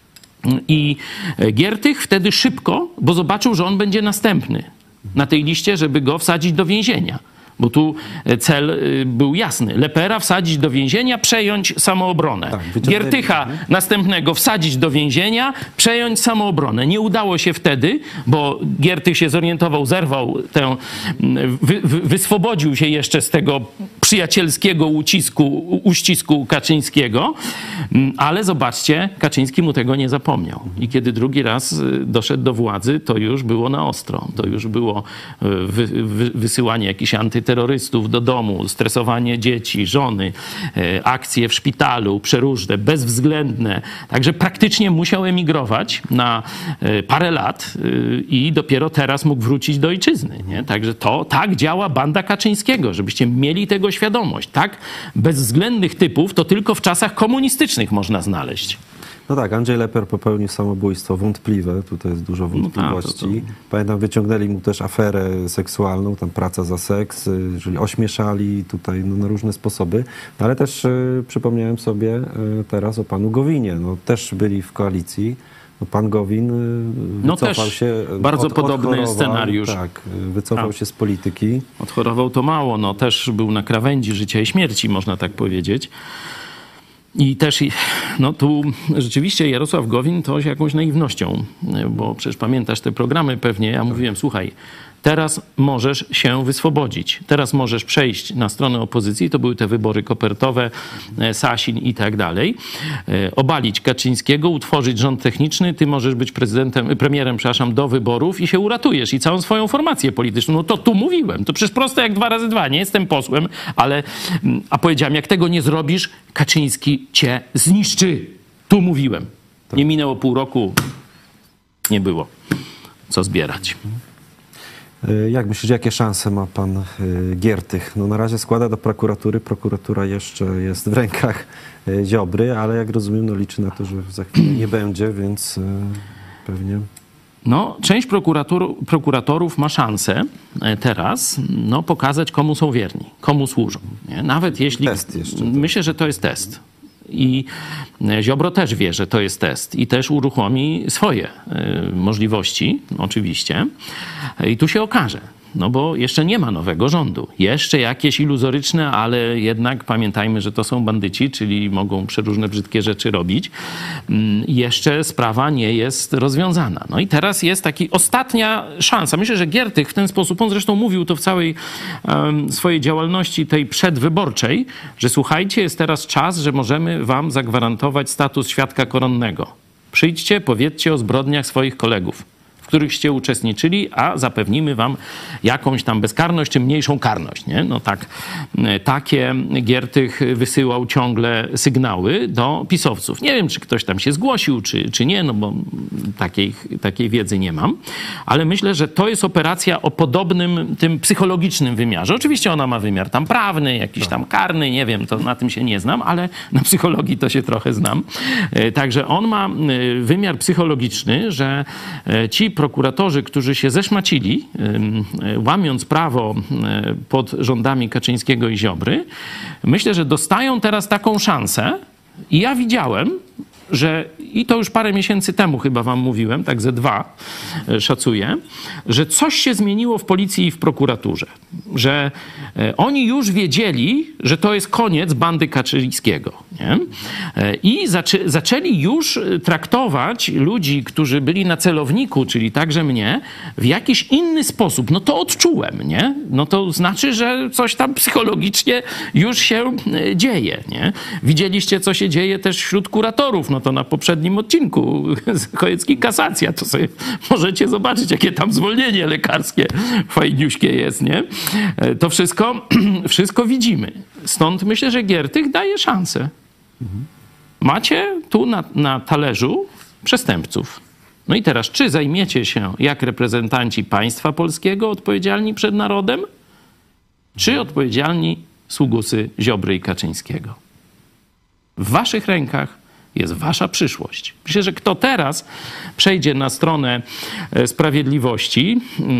I Giertych wtedy szybko, bo zobaczył, że on będzie następny na tej liście, żeby go wsadzić do więzienia. Bo tu cel był jasny. Lepera wsadzić do więzienia, przejąć samoobronę. Tak, Giertycha następnego wsadzić do więzienia, przejąć samoobronę. Nie udało się wtedy, bo Giertych się zorientował, zerwał tę, wy, wy, wyswobodził się jeszcze z tego przyjacielskiego ucisku, uścisku Kaczyńskiego, ale zobaczcie, Kaczyński mu tego nie zapomniał. I kiedy drugi raz doszedł do władzy, to już było na ostro. To już było wy, wy, wysyłanie jakichś antyterrorystów do domu, stresowanie dzieci, żony, akcje w szpitalu, przeróżne, bezwzględne. Także praktycznie musiał emigrować na parę lat i dopiero teraz mógł wrócić do ojczyzny. Nie? Także to tak działa banda Kaczyńskiego, żebyście mieli tego świadomość. Tak bezwzględnych typów to tylko w czasach komunistycznych można znaleźć. No tak, Andrzej Leper popełnił samobójstwo wątpliwe, tutaj jest dużo wątpliwości. No tak, to, to... Pamiętam, wyciągnęli mu też aferę seksualną, tam praca za seks, czyli ośmieszali tutaj no, na różne sposoby. No, ale też y, przypomniałem sobie y, teraz o panu Gowinie. No, też byli w koalicji. No, pan Gowin y, no wycofał też się. Bardzo od, podobny scenariusz. Tak, wycofał A. się z polityki. Odchorował to mało, no też był na krawędzi życia i śmierci, można tak powiedzieć. I też no tu rzeczywiście Jarosław Gowin to jakąś naiwnością, bo przecież pamiętasz te programy pewnie, ja mówiłem, słuchaj, teraz możesz się wyswobodzić, teraz możesz przejść na stronę opozycji, to były te wybory kopertowe, Sasin i tak dalej, obalić Kaczyńskiego, utworzyć rząd techniczny, ty możesz być prezydentem, premierem, przepraszam, do wyborów i się uratujesz i całą swoją formację polityczną. No to tu mówiłem, to przecież proste jak dwa razy dwa, nie jestem posłem, ale, a powiedziałem, jak tego nie zrobisz, Kaczyński cię zniszczy. Tu mówiłem. Nie minęło pół roku, nie było co zbierać. Jak myślisz, jakie szanse ma pan Giertych? No na razie składa do prokuratury. Prokuratura jeszcze jest w rękach Ziobry, ale jak rozumiem, no liczy na to, że za chwilę nie będzie, więc pewnie... No, część prokurator, prokuratorów ma szansę teraz no, pokazać, komu są wierni, komu służą. Nie? Nawet jeśli... Test jeszcze. Myślę, że to jest test. I Ziobro też wie, że to jest test i też uruchomi swoje y, możliwości, oczywiście. I tu się okaże. No bo jeszcze nie ma nowego rządu. Jeszcze jakieś iluzoryczne, ale jednak pamiętajmy, że to są bandyci, czyli mogą przeróżne brzydkie rzeczy robić. Jeszcze sprawa nie jest rozwiązana. No i teraz jest taka ostatnia szansa. Myślę, że Giertych w ten sposób, on zresztą mówił to w całej um, swojej działalności tej przedwyborczej, że słuchajcie, jest teraz czas, że możemy wam zagwarantować status świadka koronnego. Przyjdźcie, powiedzcie o zbrodniach swoich kolegów, w którychście uczestniczyli, a zapewnimy wam jakąś tam bezkarność czy mniejszą karność. Nie? No tak, takie Giertych wysyłał ciągle sygnały do pisowców. Nie wiem, czy ktoś tam się zgłosił, czy, czy nie, no bo takiej, takiej wiedzy nie mam, ale myślę, że to jest operacja o podobnym tym psychologicznym wymiarze. Oczywiście ona ma wymiar tam prawny, jakiś tam karny, nie wiem, to na tym się nie znam, ale na psychologii to się trochę znam. Także on ma wymiar psychologiczny, że ci prokuratorzy, którzy się zeszmacili, łamiąc prawo pod rządami Kaczyńskiego i Ziobry, myślę, że dostają teraz taką szansę i ja widziałem, że i to już parę miesięcy temu chyba wam mówiłem, tak ze dwa szacuję, że coś się zmieniło w policji i w prokuraturze. Że oni już wiedzieli, że to jest koniec bandy Kaczyńskiego. Nie? I zaczę, zaczęli już traktować ludzi, którzy byli na celowniku, czyli także mnie, w jakiś inny sposób. No to odczułem, nie? No to znaczy, że coś tam psychologicznie już się dzieje, nie? Widzieliście, co się dzieje też wśród kuratorów, no to na poprzednim odcinku Chojecki kasacja, to sobie możecie zobaczyć, jakie tam zwolnienie lekarskie fajniuśkie jest, nie? To wszystko, wszystko widzimy. Stąd myślę, że Giertych daje szansę. Macie tu na, na talerzu przestępców. No i teraz, czy zajmiecie się jak reprezentanci państwa polskiego odpowiedzialni przed narodem, czy odpowiedzialni sługusy Ziobry i Kaczyńskiego? W waszych rękach jest wasza przyszłość. Myślę, że kto teraz przejdzie na stronę sprawiedliwości,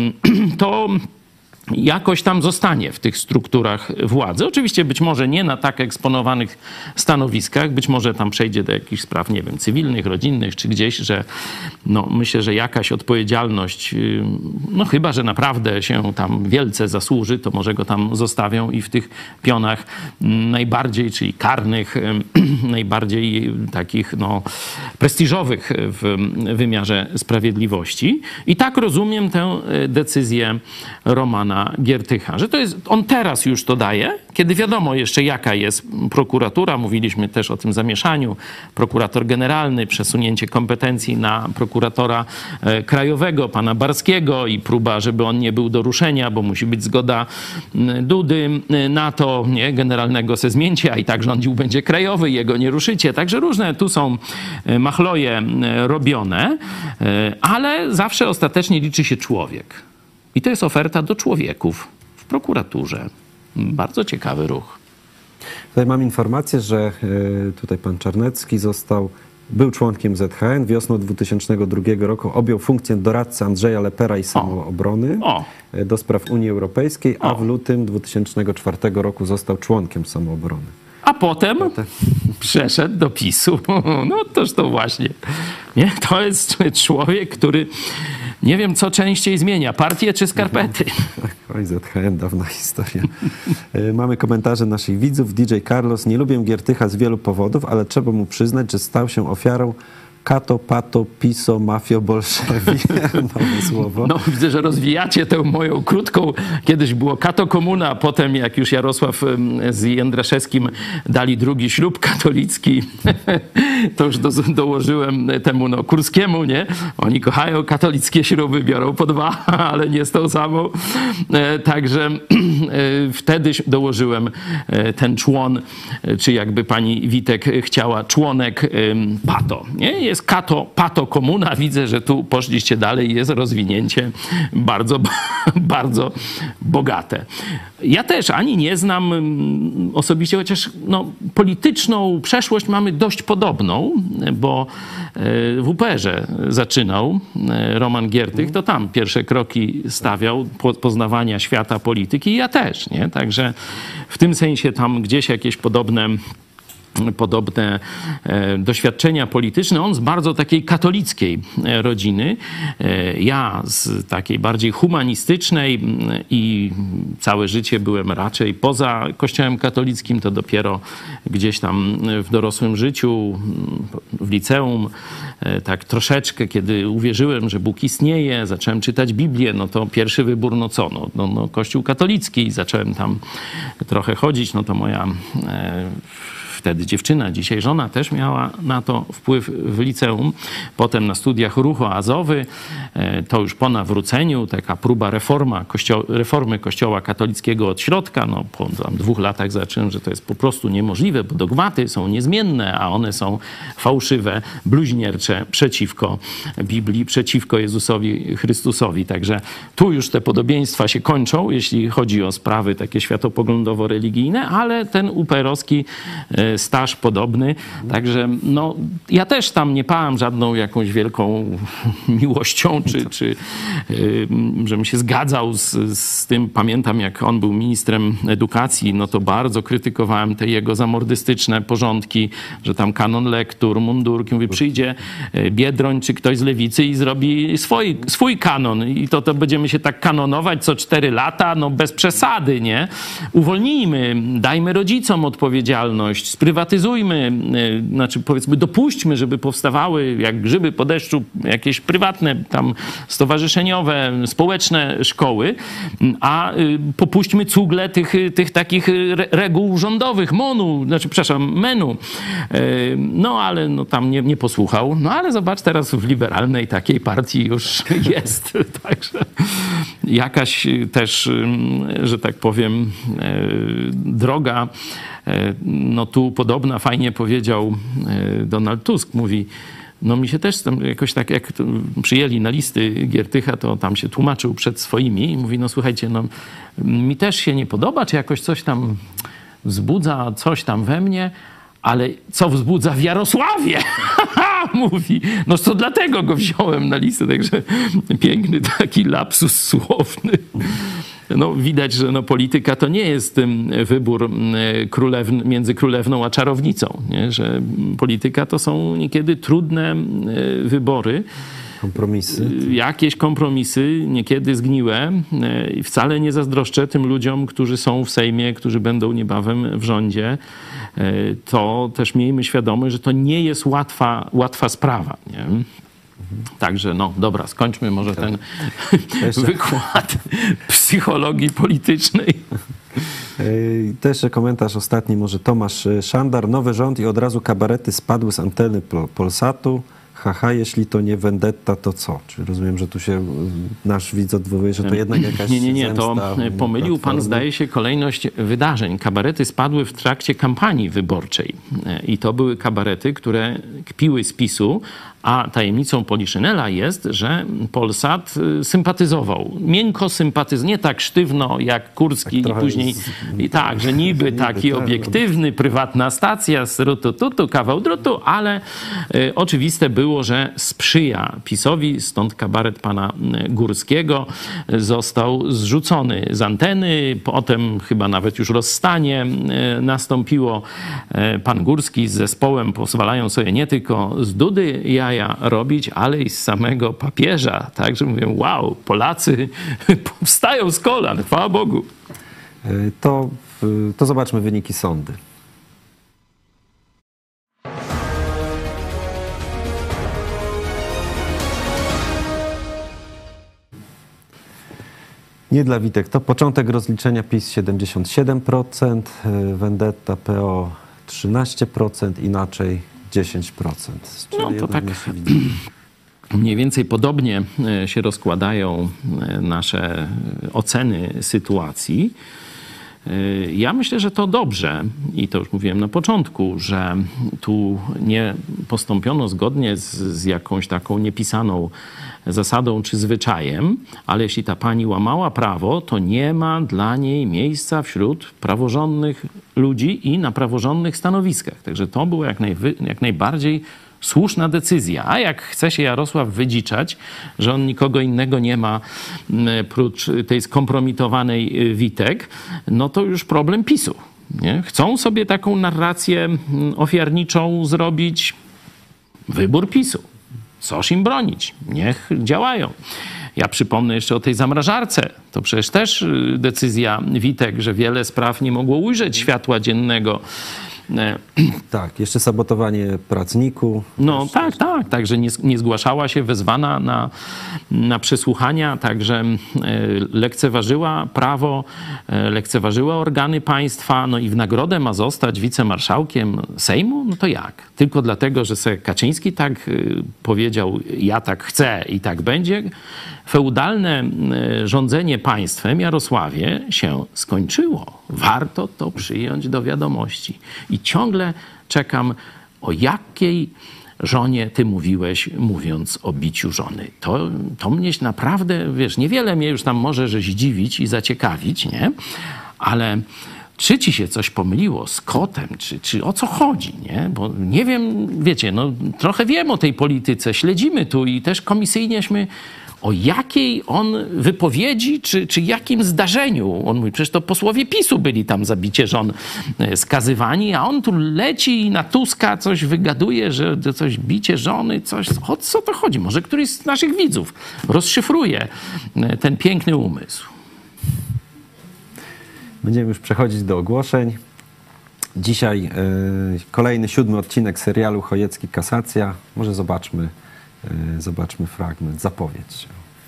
to jakoś tam zostanie w tych strukturach władzy. Oczywiście być może nie na tak eksponowanych stanowiskach, być może tam przejdzie do jakichś spraw, nie wiem, cywilnych, rodzinnych, czy gdzieś, że no, myślę, że jakaś odpowiedzialność, no chyba, że naprawdę się tam wielce zasłuży, to może go tam zostawią i w tych pionach najbardziej, czyli karnych, najbardziej takich no, prestiżowych w wymiarze sprawiedliwości. I tak rozumiem tę decyzję Romana Giertycha, że to jest, on teraz już to daje, kiedy wiadomo jeszcze jaka jest prokuratura, mówiliśmy też o tym zamieszaniu, prokurator generalny, przesunięcie kompetencji na prokuratora e, krajowego, pana Barskiego i próba, żeby on nie był do ruszenia, bo musi być zgoda m, Dudy na to, nie, generalnego se zmięcie, a i tak rządził będzie krajowy, jego nie ruszycie. Także różne tu są machloje robione, e, ale zawsze ostatecznie liczy się człowiek. I to jest oferta do człowieków w prokuraturze. Bardzo ciekawy ruch. Tutaj mam informację, że tutaj pan Czarnecki został, był członkiem Z H N. Wiosną dwa tysiące drugiego roku objął funkcję doradcy Andrzeja Lepera i Samoobrony o. do spraw Unii Europejskiej, a o. w lutym dwa tysiące czwartego roku został członkiem Samoobrony. A potem, potem przeszedł do PiSu. No toż to właśnie. Nie? To jest człowiek, który nie wiem, co częściej zmienia, partię czy skarpety. Oj, Z H N, dawna historia. Mamy komentarze naszych widzów. D J Carlos: nie lubię Giertycha z wielu powodów, ale trzeba mu przyznać, że stał się ofiarą kato, pato, piso, mafio, bolszewi. Nowe słowo. No widzę, że rozwijacie tę moją krótką. Kiedyś było kato komuna, a potem jak już Jarosław z Jędraszewskim dali drugi ślub katolicki, to już do, dołożyłem temu no, Kurskiemu, nie? Oni kochają katolickie śluby, biorą po dwa, ale nie z tą samą. Także wtedy dołożyłem ten człon, czy jakby pani Witek chciała, członek pato, nie? Jest kato, pato komuna. Widzę, że tu poszliście dalej. Jest rozwinięcie bardzo, bardzo bogate. Ja też ani nie znam osobiście, chociaż no, polityczną przeszłość mamy dość podobną. szkolną, bo w U P R-ze zaczynał Roman Giertych, to tam pierwsze kroki stawiał poznawania świata polityki i ja też, nie? Także w tym sensie tam gdzieś jakieś podobne podobne e, doświadczenia polityczne. On z bardzo takiej katolickiej e, rodziny. E, ja z takiej bardziej humanistycznej i całe życie byłem raczej poza Kościołem katolickim. To dopiero gdzieś tam w dorosłym życiu, w liceum, e, tak troszeczkę, kiedy uwierzyłem, że Bóg istnieje, zacząłem czytać Biblię, no to pierwszy wybór, no co, no, no, no Kościół katolicki. Zacząłem tam trochę chodzić, no to moja e, wtedy dziewczyna, dzisiaj żona, też miała na to wpływ w liceum. Potem na studiach ruch oazowy, to już po nawróceniu, taka próba reforma kościo- reformy Kościoła katolickiego od środka. No, po tam dwóch latach zacząłem, że to jest po prostu niemożliwe, bo dogmaty są niezmienne, a one są fałszywe, bluźniercze przeciwko Biblii, przeciwko Jezusowi Chrystusowi. Także tu już te podobieństwa się kończą, jeśli chodzi o sprawy takie światopoglądowo-religijne, ale ten U P R-owski staż podobny. Także no, ja też tam nie pałam żadną jakąś wielką miłością, czy, czy yy, żebym się zgadzał z, z tym. Pamiętam, jak on był ministrem edukacji, no to bardzo krytykowałem te jego zamordystyczne porządki, że tam kanon lektur, mundurki. Mówię, przyjdzie Biedroń czy ktoś z lewicy i zrobi swój, swój kanon i to, to będziemy się tak kanonować co cztery lata, no bez przesady, nie? Uwolnijmy, dajmy rodzicom odpowiedzialność, sprywatyzujmy, znaczy powiedzmy dopuśćmy, żeby powstawały jak grzyby po deszczu jakieś prywatne, tam stowarzyszeniowe, społeczne szkoły, a popuśćmy cugle tych, tych takich reguł rządowych, monu, znaczy przepraszam, menu. No ale no, tam nie, nie posłuchał. No ale zobacz, teraz w liberalnej takiej partii już jest. Także jakaś też, że tak powiem, droga. No tu podobna, fajnie powiedział Donald Tusk, mówi, no mi się też tam jakoś tak, jak przyjęli na listy Giertycha, to tam się tłumaczył przed swoimi i mówi, no słuchajcie, no mi też się nie podoba, czy jakoś coś tam wzbudza, coś tam we mnie, ale co wzbudza w Jarosławie? Mówi, no to dlatego go wziąłem na listę, także piękny taki lapsus słowny. No, widać, że no, polityka to nie jest wybór królewny, między królewną a czarownicą, nie? Że polityka to są niekiedy trudne wybory. Kompromisy. Jakieś kompromisy, niekiedy zgniłe. I wcale nie zazdroszczę tym ludziom, którzy są w Sejmie, którzy będą niebawem w rządzie. To też miejmy świadomość, że to nie jest łatwa, łatwa sprawa, nie? Także no dobra, skończmy może ten wykład psychologii politycznej. Też komentarz ostatni, może Tomasz Szandar. Nowy rząd i od razu kabarety spadły z anteny Polsatu. Haha, jeśli to nie vendetta, to co? Czy rozumiem, że tu się nasz widz odwołuje, że to jednak jakaś Nie, nie, nie, zemsta, to pomylił pan, zdaje się, kolejność wydarzeń. Kabarety spadły w trakcie kampanii wyborczej i to były kabarety, które kpiły z PiSu, a tajemnicą Poliszynela jest, że Polsat sympatyzował. Miękko sympatyzował, nie tak sztywno jak Kurski tak i później. Z... I tak, że niby, niby taki tak, obiektywny, prywatna stacja z rutu-tutu, kawał drutu, ale y, oczywiste było, że sprzyja PiSowi, stąd kabaret pana Górskiego został zrzucony z anteny, potem chyba nawet już rozstanie y, nastąpiło. Y, pan Górski z zespołem pozwalają sobie nie tylko z Dudy jaja robić, ale i z samego papieża. Także mówię, wow, Polacy powstają z kolan, chwała Bogu. To, to zobaczmy wyniki sądy. Nie dla Witek. To początek rozliczenia PiS siedemdziesiąt siedem procent, Vendetta P O trzynaście procent, inaczej dziesięć procent. No to tak mniej więcej podobnie się rozkładają nasze oceny sytuacji. Ja myślę, że to dobrze i to już mówiłem na początku, że tu nie postąpiono zgodnie z, z jakąś taką niepisaną zasadą czy zwyczajem, ale jeśli ta pani łamała prawo, to nie ma dla niej miejsca wśród praworządnych ludzi i na praworządnych stanowiskach. Także to było jak, najwy, jak najbardziej słuszna decyzja. A jak chce się Jarosław wydziczać, że on nikogo innego nie ma prócz tej skompromitowanej Witek, no to już problem PiSu. Nie? Chcą sobie taką narrację ofiarniczą zrobić, wybór PiSu. Coż im bronić? Niech działają. Ja przypomnę jeszcze o tej zamrażarce. To przecież też decyzja Witek, że wiele spraw nie mogło ujrzeć światła dziennego. Tak, jeszcze sabotowanie prac N I K u. No tak, tak, także nie, nie zgłaszała się wezwana na, na przesłuchania, także lekceważyła prawo, lekceważyła organy państwa, no i w nagrodę ma zostać wicemarszałkiem Sejmu? No to jak? Tylko dlatego, że se Kaczyński tak powiedział, ja tak chcę i tak będzie? Feudalne rządzenie państwem, Jarosławie, się skończyło. Warto to przyjąć do wiadomości. I ciągle czekam, o jakiej żonie ty mówiłeś, mówiąc o biciu żony. To, to mnie naprawdę, wiesz, niewiele mnie już tam może że zdziwić i zaciekawić, nie? Ale czy ci się coś pomyliło z kotem, czy, czy o co chodzi, nie? Bo nie wiem, wiecie, no trochę wiem o tej polityce, śledzimy tu i też komisyjnieśmy o jakiej on wypowiedzi, czy, czy jakim zdarzeniu. On mówi, przecież to posłowie PiSu byli tam za bicie żon skazywani, a on tu leci i na Tuska coś wygaduje, że coś bicie żony, coś. O co to chodzi? Może któryś z naszych widzów rozszyfruje ten piękny umysł. Będziemy już przechodzić do ogłoszeń. Dzisiaj y, kolejny, siódmy odcinek serialu Chojecki Kasacja. Może zobaczmy, y, zobaczmy fragment, zapowiedź.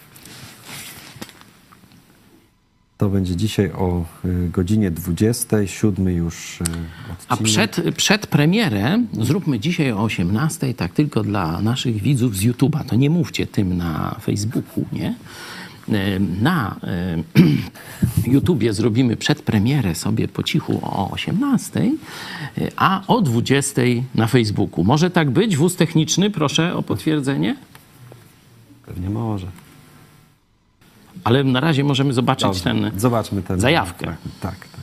To będzie dzisiaj o y, godzinie dwudziestej, siódmy już y, odcinek. A przed, przed premierę zróbmy dzisiaj o osiemnastej, tak tylko dla naszych widzów z YouTube'a. To nie mówcie tym na Facebooku, nie? Na YouTubie zrobimy przedpremierę sobie po cichu o osiemnastej, a o dwudziestej na Facebooku. Może tak być? Wóz techniczny, proszę o potwierdzenie. Pewnie może. Ale na razie możemy zobaczyć Dobrze, ten zobaczmy ten zajawkę. Tak, tak. tak.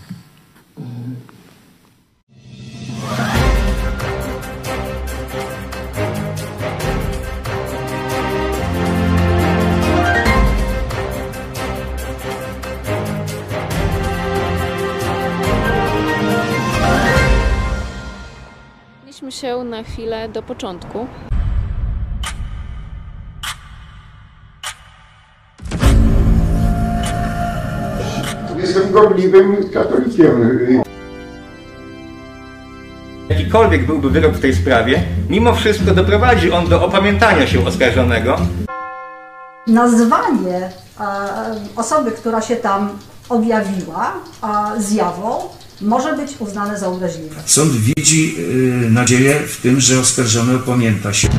się na chwilę do początku. Jestem gorliwym katolikiem. Jakikolwiek byłby wyrok w tej sprawie, mimo wszystko doprowadzi on do opamiętania się oskarżonego. Nazwanie e, osoby, która się tam objawiła e, zjawą, może być uznane za obraźliwe. Sąd widzi y, nadzieję w tym, że oskarżony opamięta się.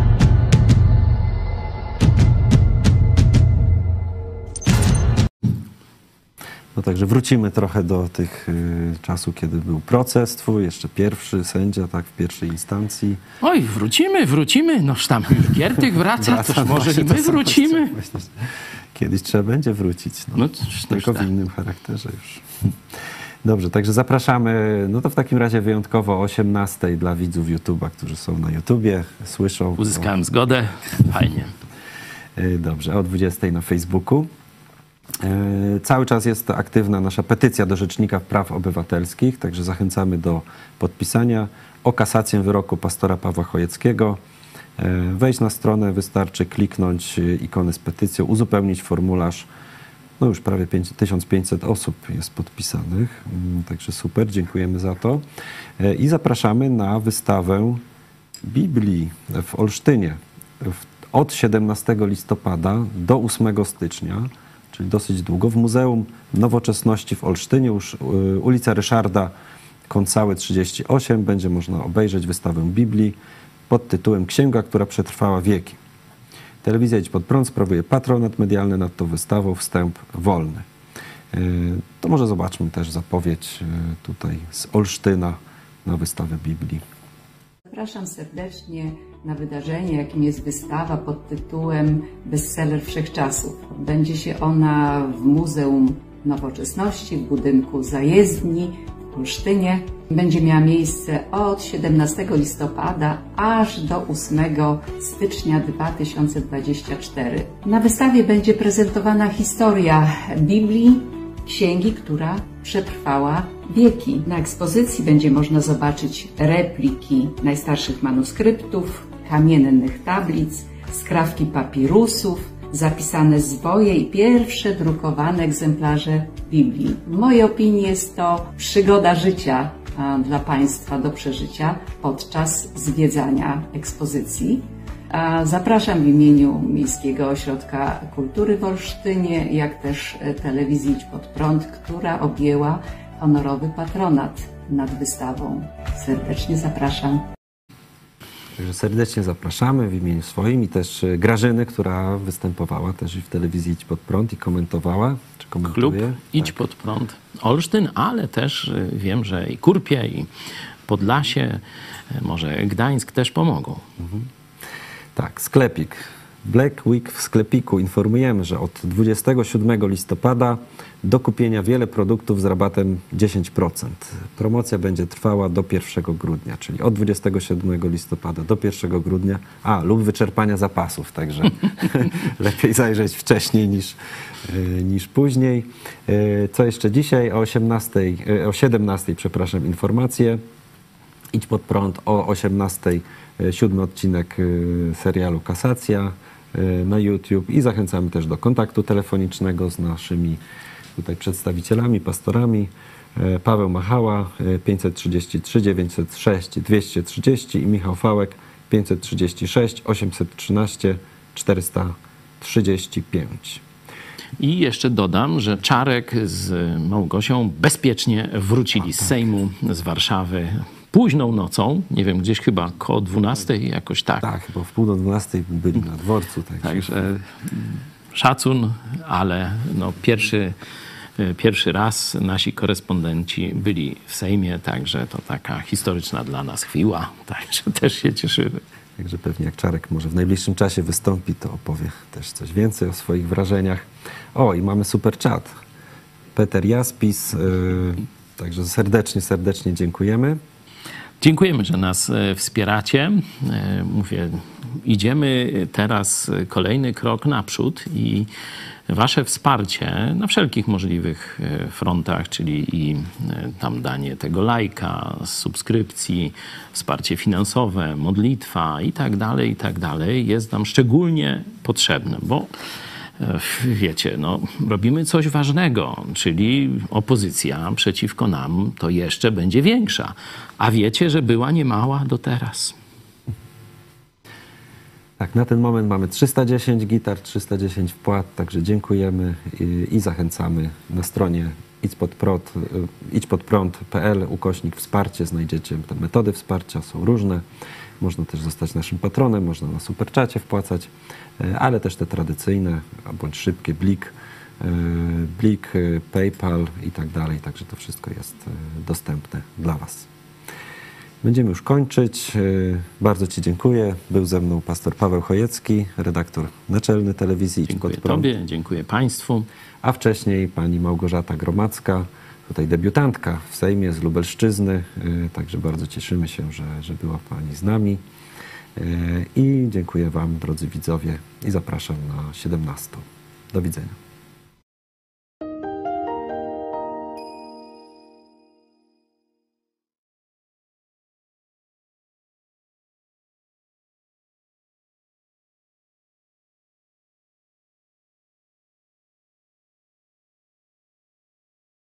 No także wrócimy trochę do tych y, czasu, kiedy był proces twój, jeszcze pierwszy sędzia, tak, w pierwszej instancji. Oj, wrócimy, wrócimy. Noż tam już Giertych wraca, Wraca, toż może i to my są wrócimy. właśnie- Kiedyś trzeba będzie wrócić. No, No, toż- tylko toż w tak. innym charakterze już. Dobrze, także zapraszamy, no to w takim razie wyjątkowo o osiemnastej dla widzów YouTube'a, którzy są na YouTubie, słyszą. Uzyskałem zgodę. Fajnie. Y, Dobrze, o dwudziestej na Facebooku. Y, Cały czas jest aktywna nasza petycja do Rzecznika Praw Obywatelskich, także zachęcamy do podpisania o kasację wyroku pastora Pawła Chojeckiego. Y, Wejść na stronę, wystarczy kliknąć y, ikony z petycją, uzupełnić formularz. No już prawie tysiąc pięćset osób jest podpisanych, mm, także super, dziękujemy za to. Y, I zapraszamy na wystawę Biblii w Olsztynie w od siedemnastego listopada do ósmego stycznia, czyli dosyć długo, w Muzeum Nowoczesności w Olsztynie, już y, ulica Ryszarda Koncały trzydzieści osiem, będzie można obejrzeć wystawę Biblii pod tytułem Księga, która przetrwała wieki. Telewizja Idź Pod Prąd sprawuje patronat medialny nad tą wystawą, wstęp wolny. To może zobaczmy też zapowiedź tutaj z Olsztyna na wystawę Biblii. Zapraszam serdecznie na wydarzenie, jakim jest wystawa pod tytułem Bestseller Wszechczasów. Odbędzie się ona w Muzeum Nowoczesności w budynku zajezdni w Olsztynie. Będzie miała miejsce od siedemnastego listopada aż do ósmego stycznia dwa tysiące dwudziestego czwartego. Na wystawie będzie prezentowana historia Biblii, księgi, która przetrwała wieki. Na ekspozycji będzie można zobaczyć repliki najstarszych manuskryptów, kamiennych tablic, skrawki papirusów, zapisane zwoje i pierwsze drukowane egzemplarze Biblii. W mojej opinii jest to przygoda życia dla Państwa do przeżycia podczas zwiedzania ekspozycji. Zapraszam w imieniu Miejskiego Ośrodka Kultury w Olsztynie, jak też telewizji Idź Pod Prąd, która objęła honorowy patronat nad wystawą. Serdecznie zapraszam. Także serdecznie zapraszamy w imieniu swoim i też Grażyny, która występowała też i w telewizji Idź Pod Prąd i komentowała. Czy komentuje? Klub Idź tak. Pod Prąd Olsztyn, ale też wiem, że i Kurpie, i Podlasie, może Gdańsk też pomogą. Mhm. Tak, sklepik. Black Week w sklepiku. Informujemy, że od dwudziestego siódmego listopada do kupienia wiele produktów z rabatem dziesięć procent. Promocja będzie trwała do pierwszego grudnia, czyli od dwudziestego siódmego listopada do pierwszego grudnia, a lub wyczerpania zapasów, także lepiej zajrzeć wcześniej niż, niż później. Co jeszcze dzisiaj? O osiemnastej, o siedemnastej, przepraszam, informacje. Idź Pod Prąd o osiemnastej. Siódmy odcinek serialu Kasacja na YouTube i zachęcamy też do kontaktu telefonicznego z naszymi tutaj przedstawicielami, pastorami. Paweł Machała pięćset trzydzieści trzy dziewięćset sześć dwieście trzydzieści i Michał Fałek pięćset trzydzieści sześć osiemset trzynaście czterysta trzydzieści pięć. I jeszcze dodam, że Czarek z Małgosią bezpiecznie wrócili z Sejmu, z Warszawy późną nocą, nie wiem, gdzieś chyba koło dwunastej, jakoś tak. Tak, chyba w pół do dwunastej byli na dworcu. Tak. Także szacun, ale no pierwszy, pierwszy raz nasi korespondenci byli w Sejmie, także to taka historyczna dla nas chwila, także też się cieszymy. Także pewnie jak Czarek może w najbliższym czasie wystąpi, to opowie też coś więcej o swoich wrażeniach. O, i mamy super czat. Peter Jaspis, yy, także serdecznie, serdecznie dziękujemy. Dziękujemy, że nas wspieracie. Mówię, idziemy teraz kolejny krok naprzód i wasze wsparcie na wszelkich możliwych frontach, czyli i tam danie tego lajka, subskrypcji, wsparcie finansowe, modlitwa i tak dalej, i tak dalej, jest nam szczególnie potrzebne, bo wiecie, no, robimy coś ważnego, czyli opozycja przeciwko nam to jeszcze będzie większa. A wiecie, że była niemała do teraz. Tak, na ten moment mamy trzysta dziesięć gitar, trzysta dziesięć wpłat, także dziękujemy i, i zachęcamy na stronie idź pod prąd, idź pod prąd kropka p l ukośnik wsparcie. Znajdziecie te metody wsparcia, są różne. Można też zostać naszym patronem, można na superczacie wpłacać, ale też te tradycyjne, bądź szybkie, Blik, Blik, PayPal i tak dalej. Także to wszystko jest dostępne dla was. Będziemy już kończyć. Bardzo ci dziękuję. Był ze mną pastor Paweł Chojecki, redaktor naczelny telewizji. Dziękuję tobie, dziękuję państwu. A wcześniej pani Małgorzata Gromacka, tutaj debiutantka w Sejmie z Lubelszczyzny, także bardzo cieszymy się, że, że była pani z nami. I dziękuję wam, drodzy widzowie, i zapraszam na siedemnastą. Do widzenia.